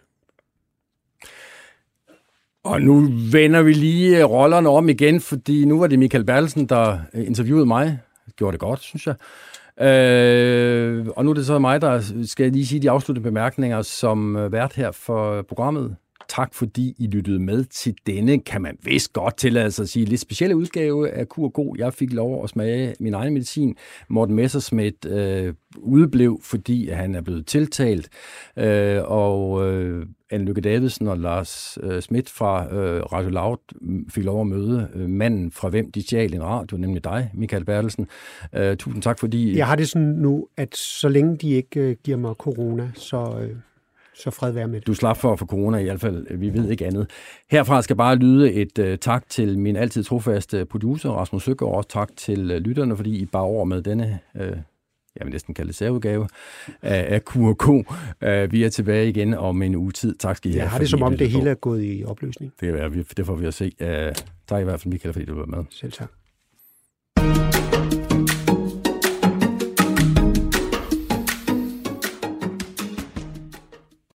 Og nu vender vi lige rollerne om igen, fordi nu var det Michael Bertelsen, der interviewede mig. Gjorde det godt, synes jeg. Øh, og nu er det så mig, der skal lige sige de afsluttende bemærkninger som vært her for programmet. Tak fordi I lyttede med til denne, kan man vist godt tillade sig at sige, lidt specielle udgave af Kur og Go. Jeg fik lov at smage min egen medicin. Morten Messerschmidt øh, udeblev, fordi han er blevet tiltalt. Øh, og øh, Anne Lykke Davidsen og Lars øh, Schmidt fra øh, Radio Loud fik lov at møde øh, manden, fra hvem de stjal en radio, nemlig dig, Michael Bertelsen. Øh, tusind tak fordi... Jeg har det sådan nu, at så længe de ikke øh, giver mig corona, så... Øh Så fred være med det. Du slap for for corona i hvert fald. Vi ved ikke andet. Herfra skal bare lyde et uh, tak til min altid trofaste producer, Rasmus Søgaard, og også tak til uh, lytterne, fordi I bar over med denne uh, jeg vil næsten kalde det særudgave, af, af Q og K. Uh, vi er tilbage igen om en uge tid. Tak skal I have. Jeg har det som om, det hele er gået i opløsning. Det, er, det får vi at se. Uh, tak i hvert fald, Michael, fordi du var med. Selv tak.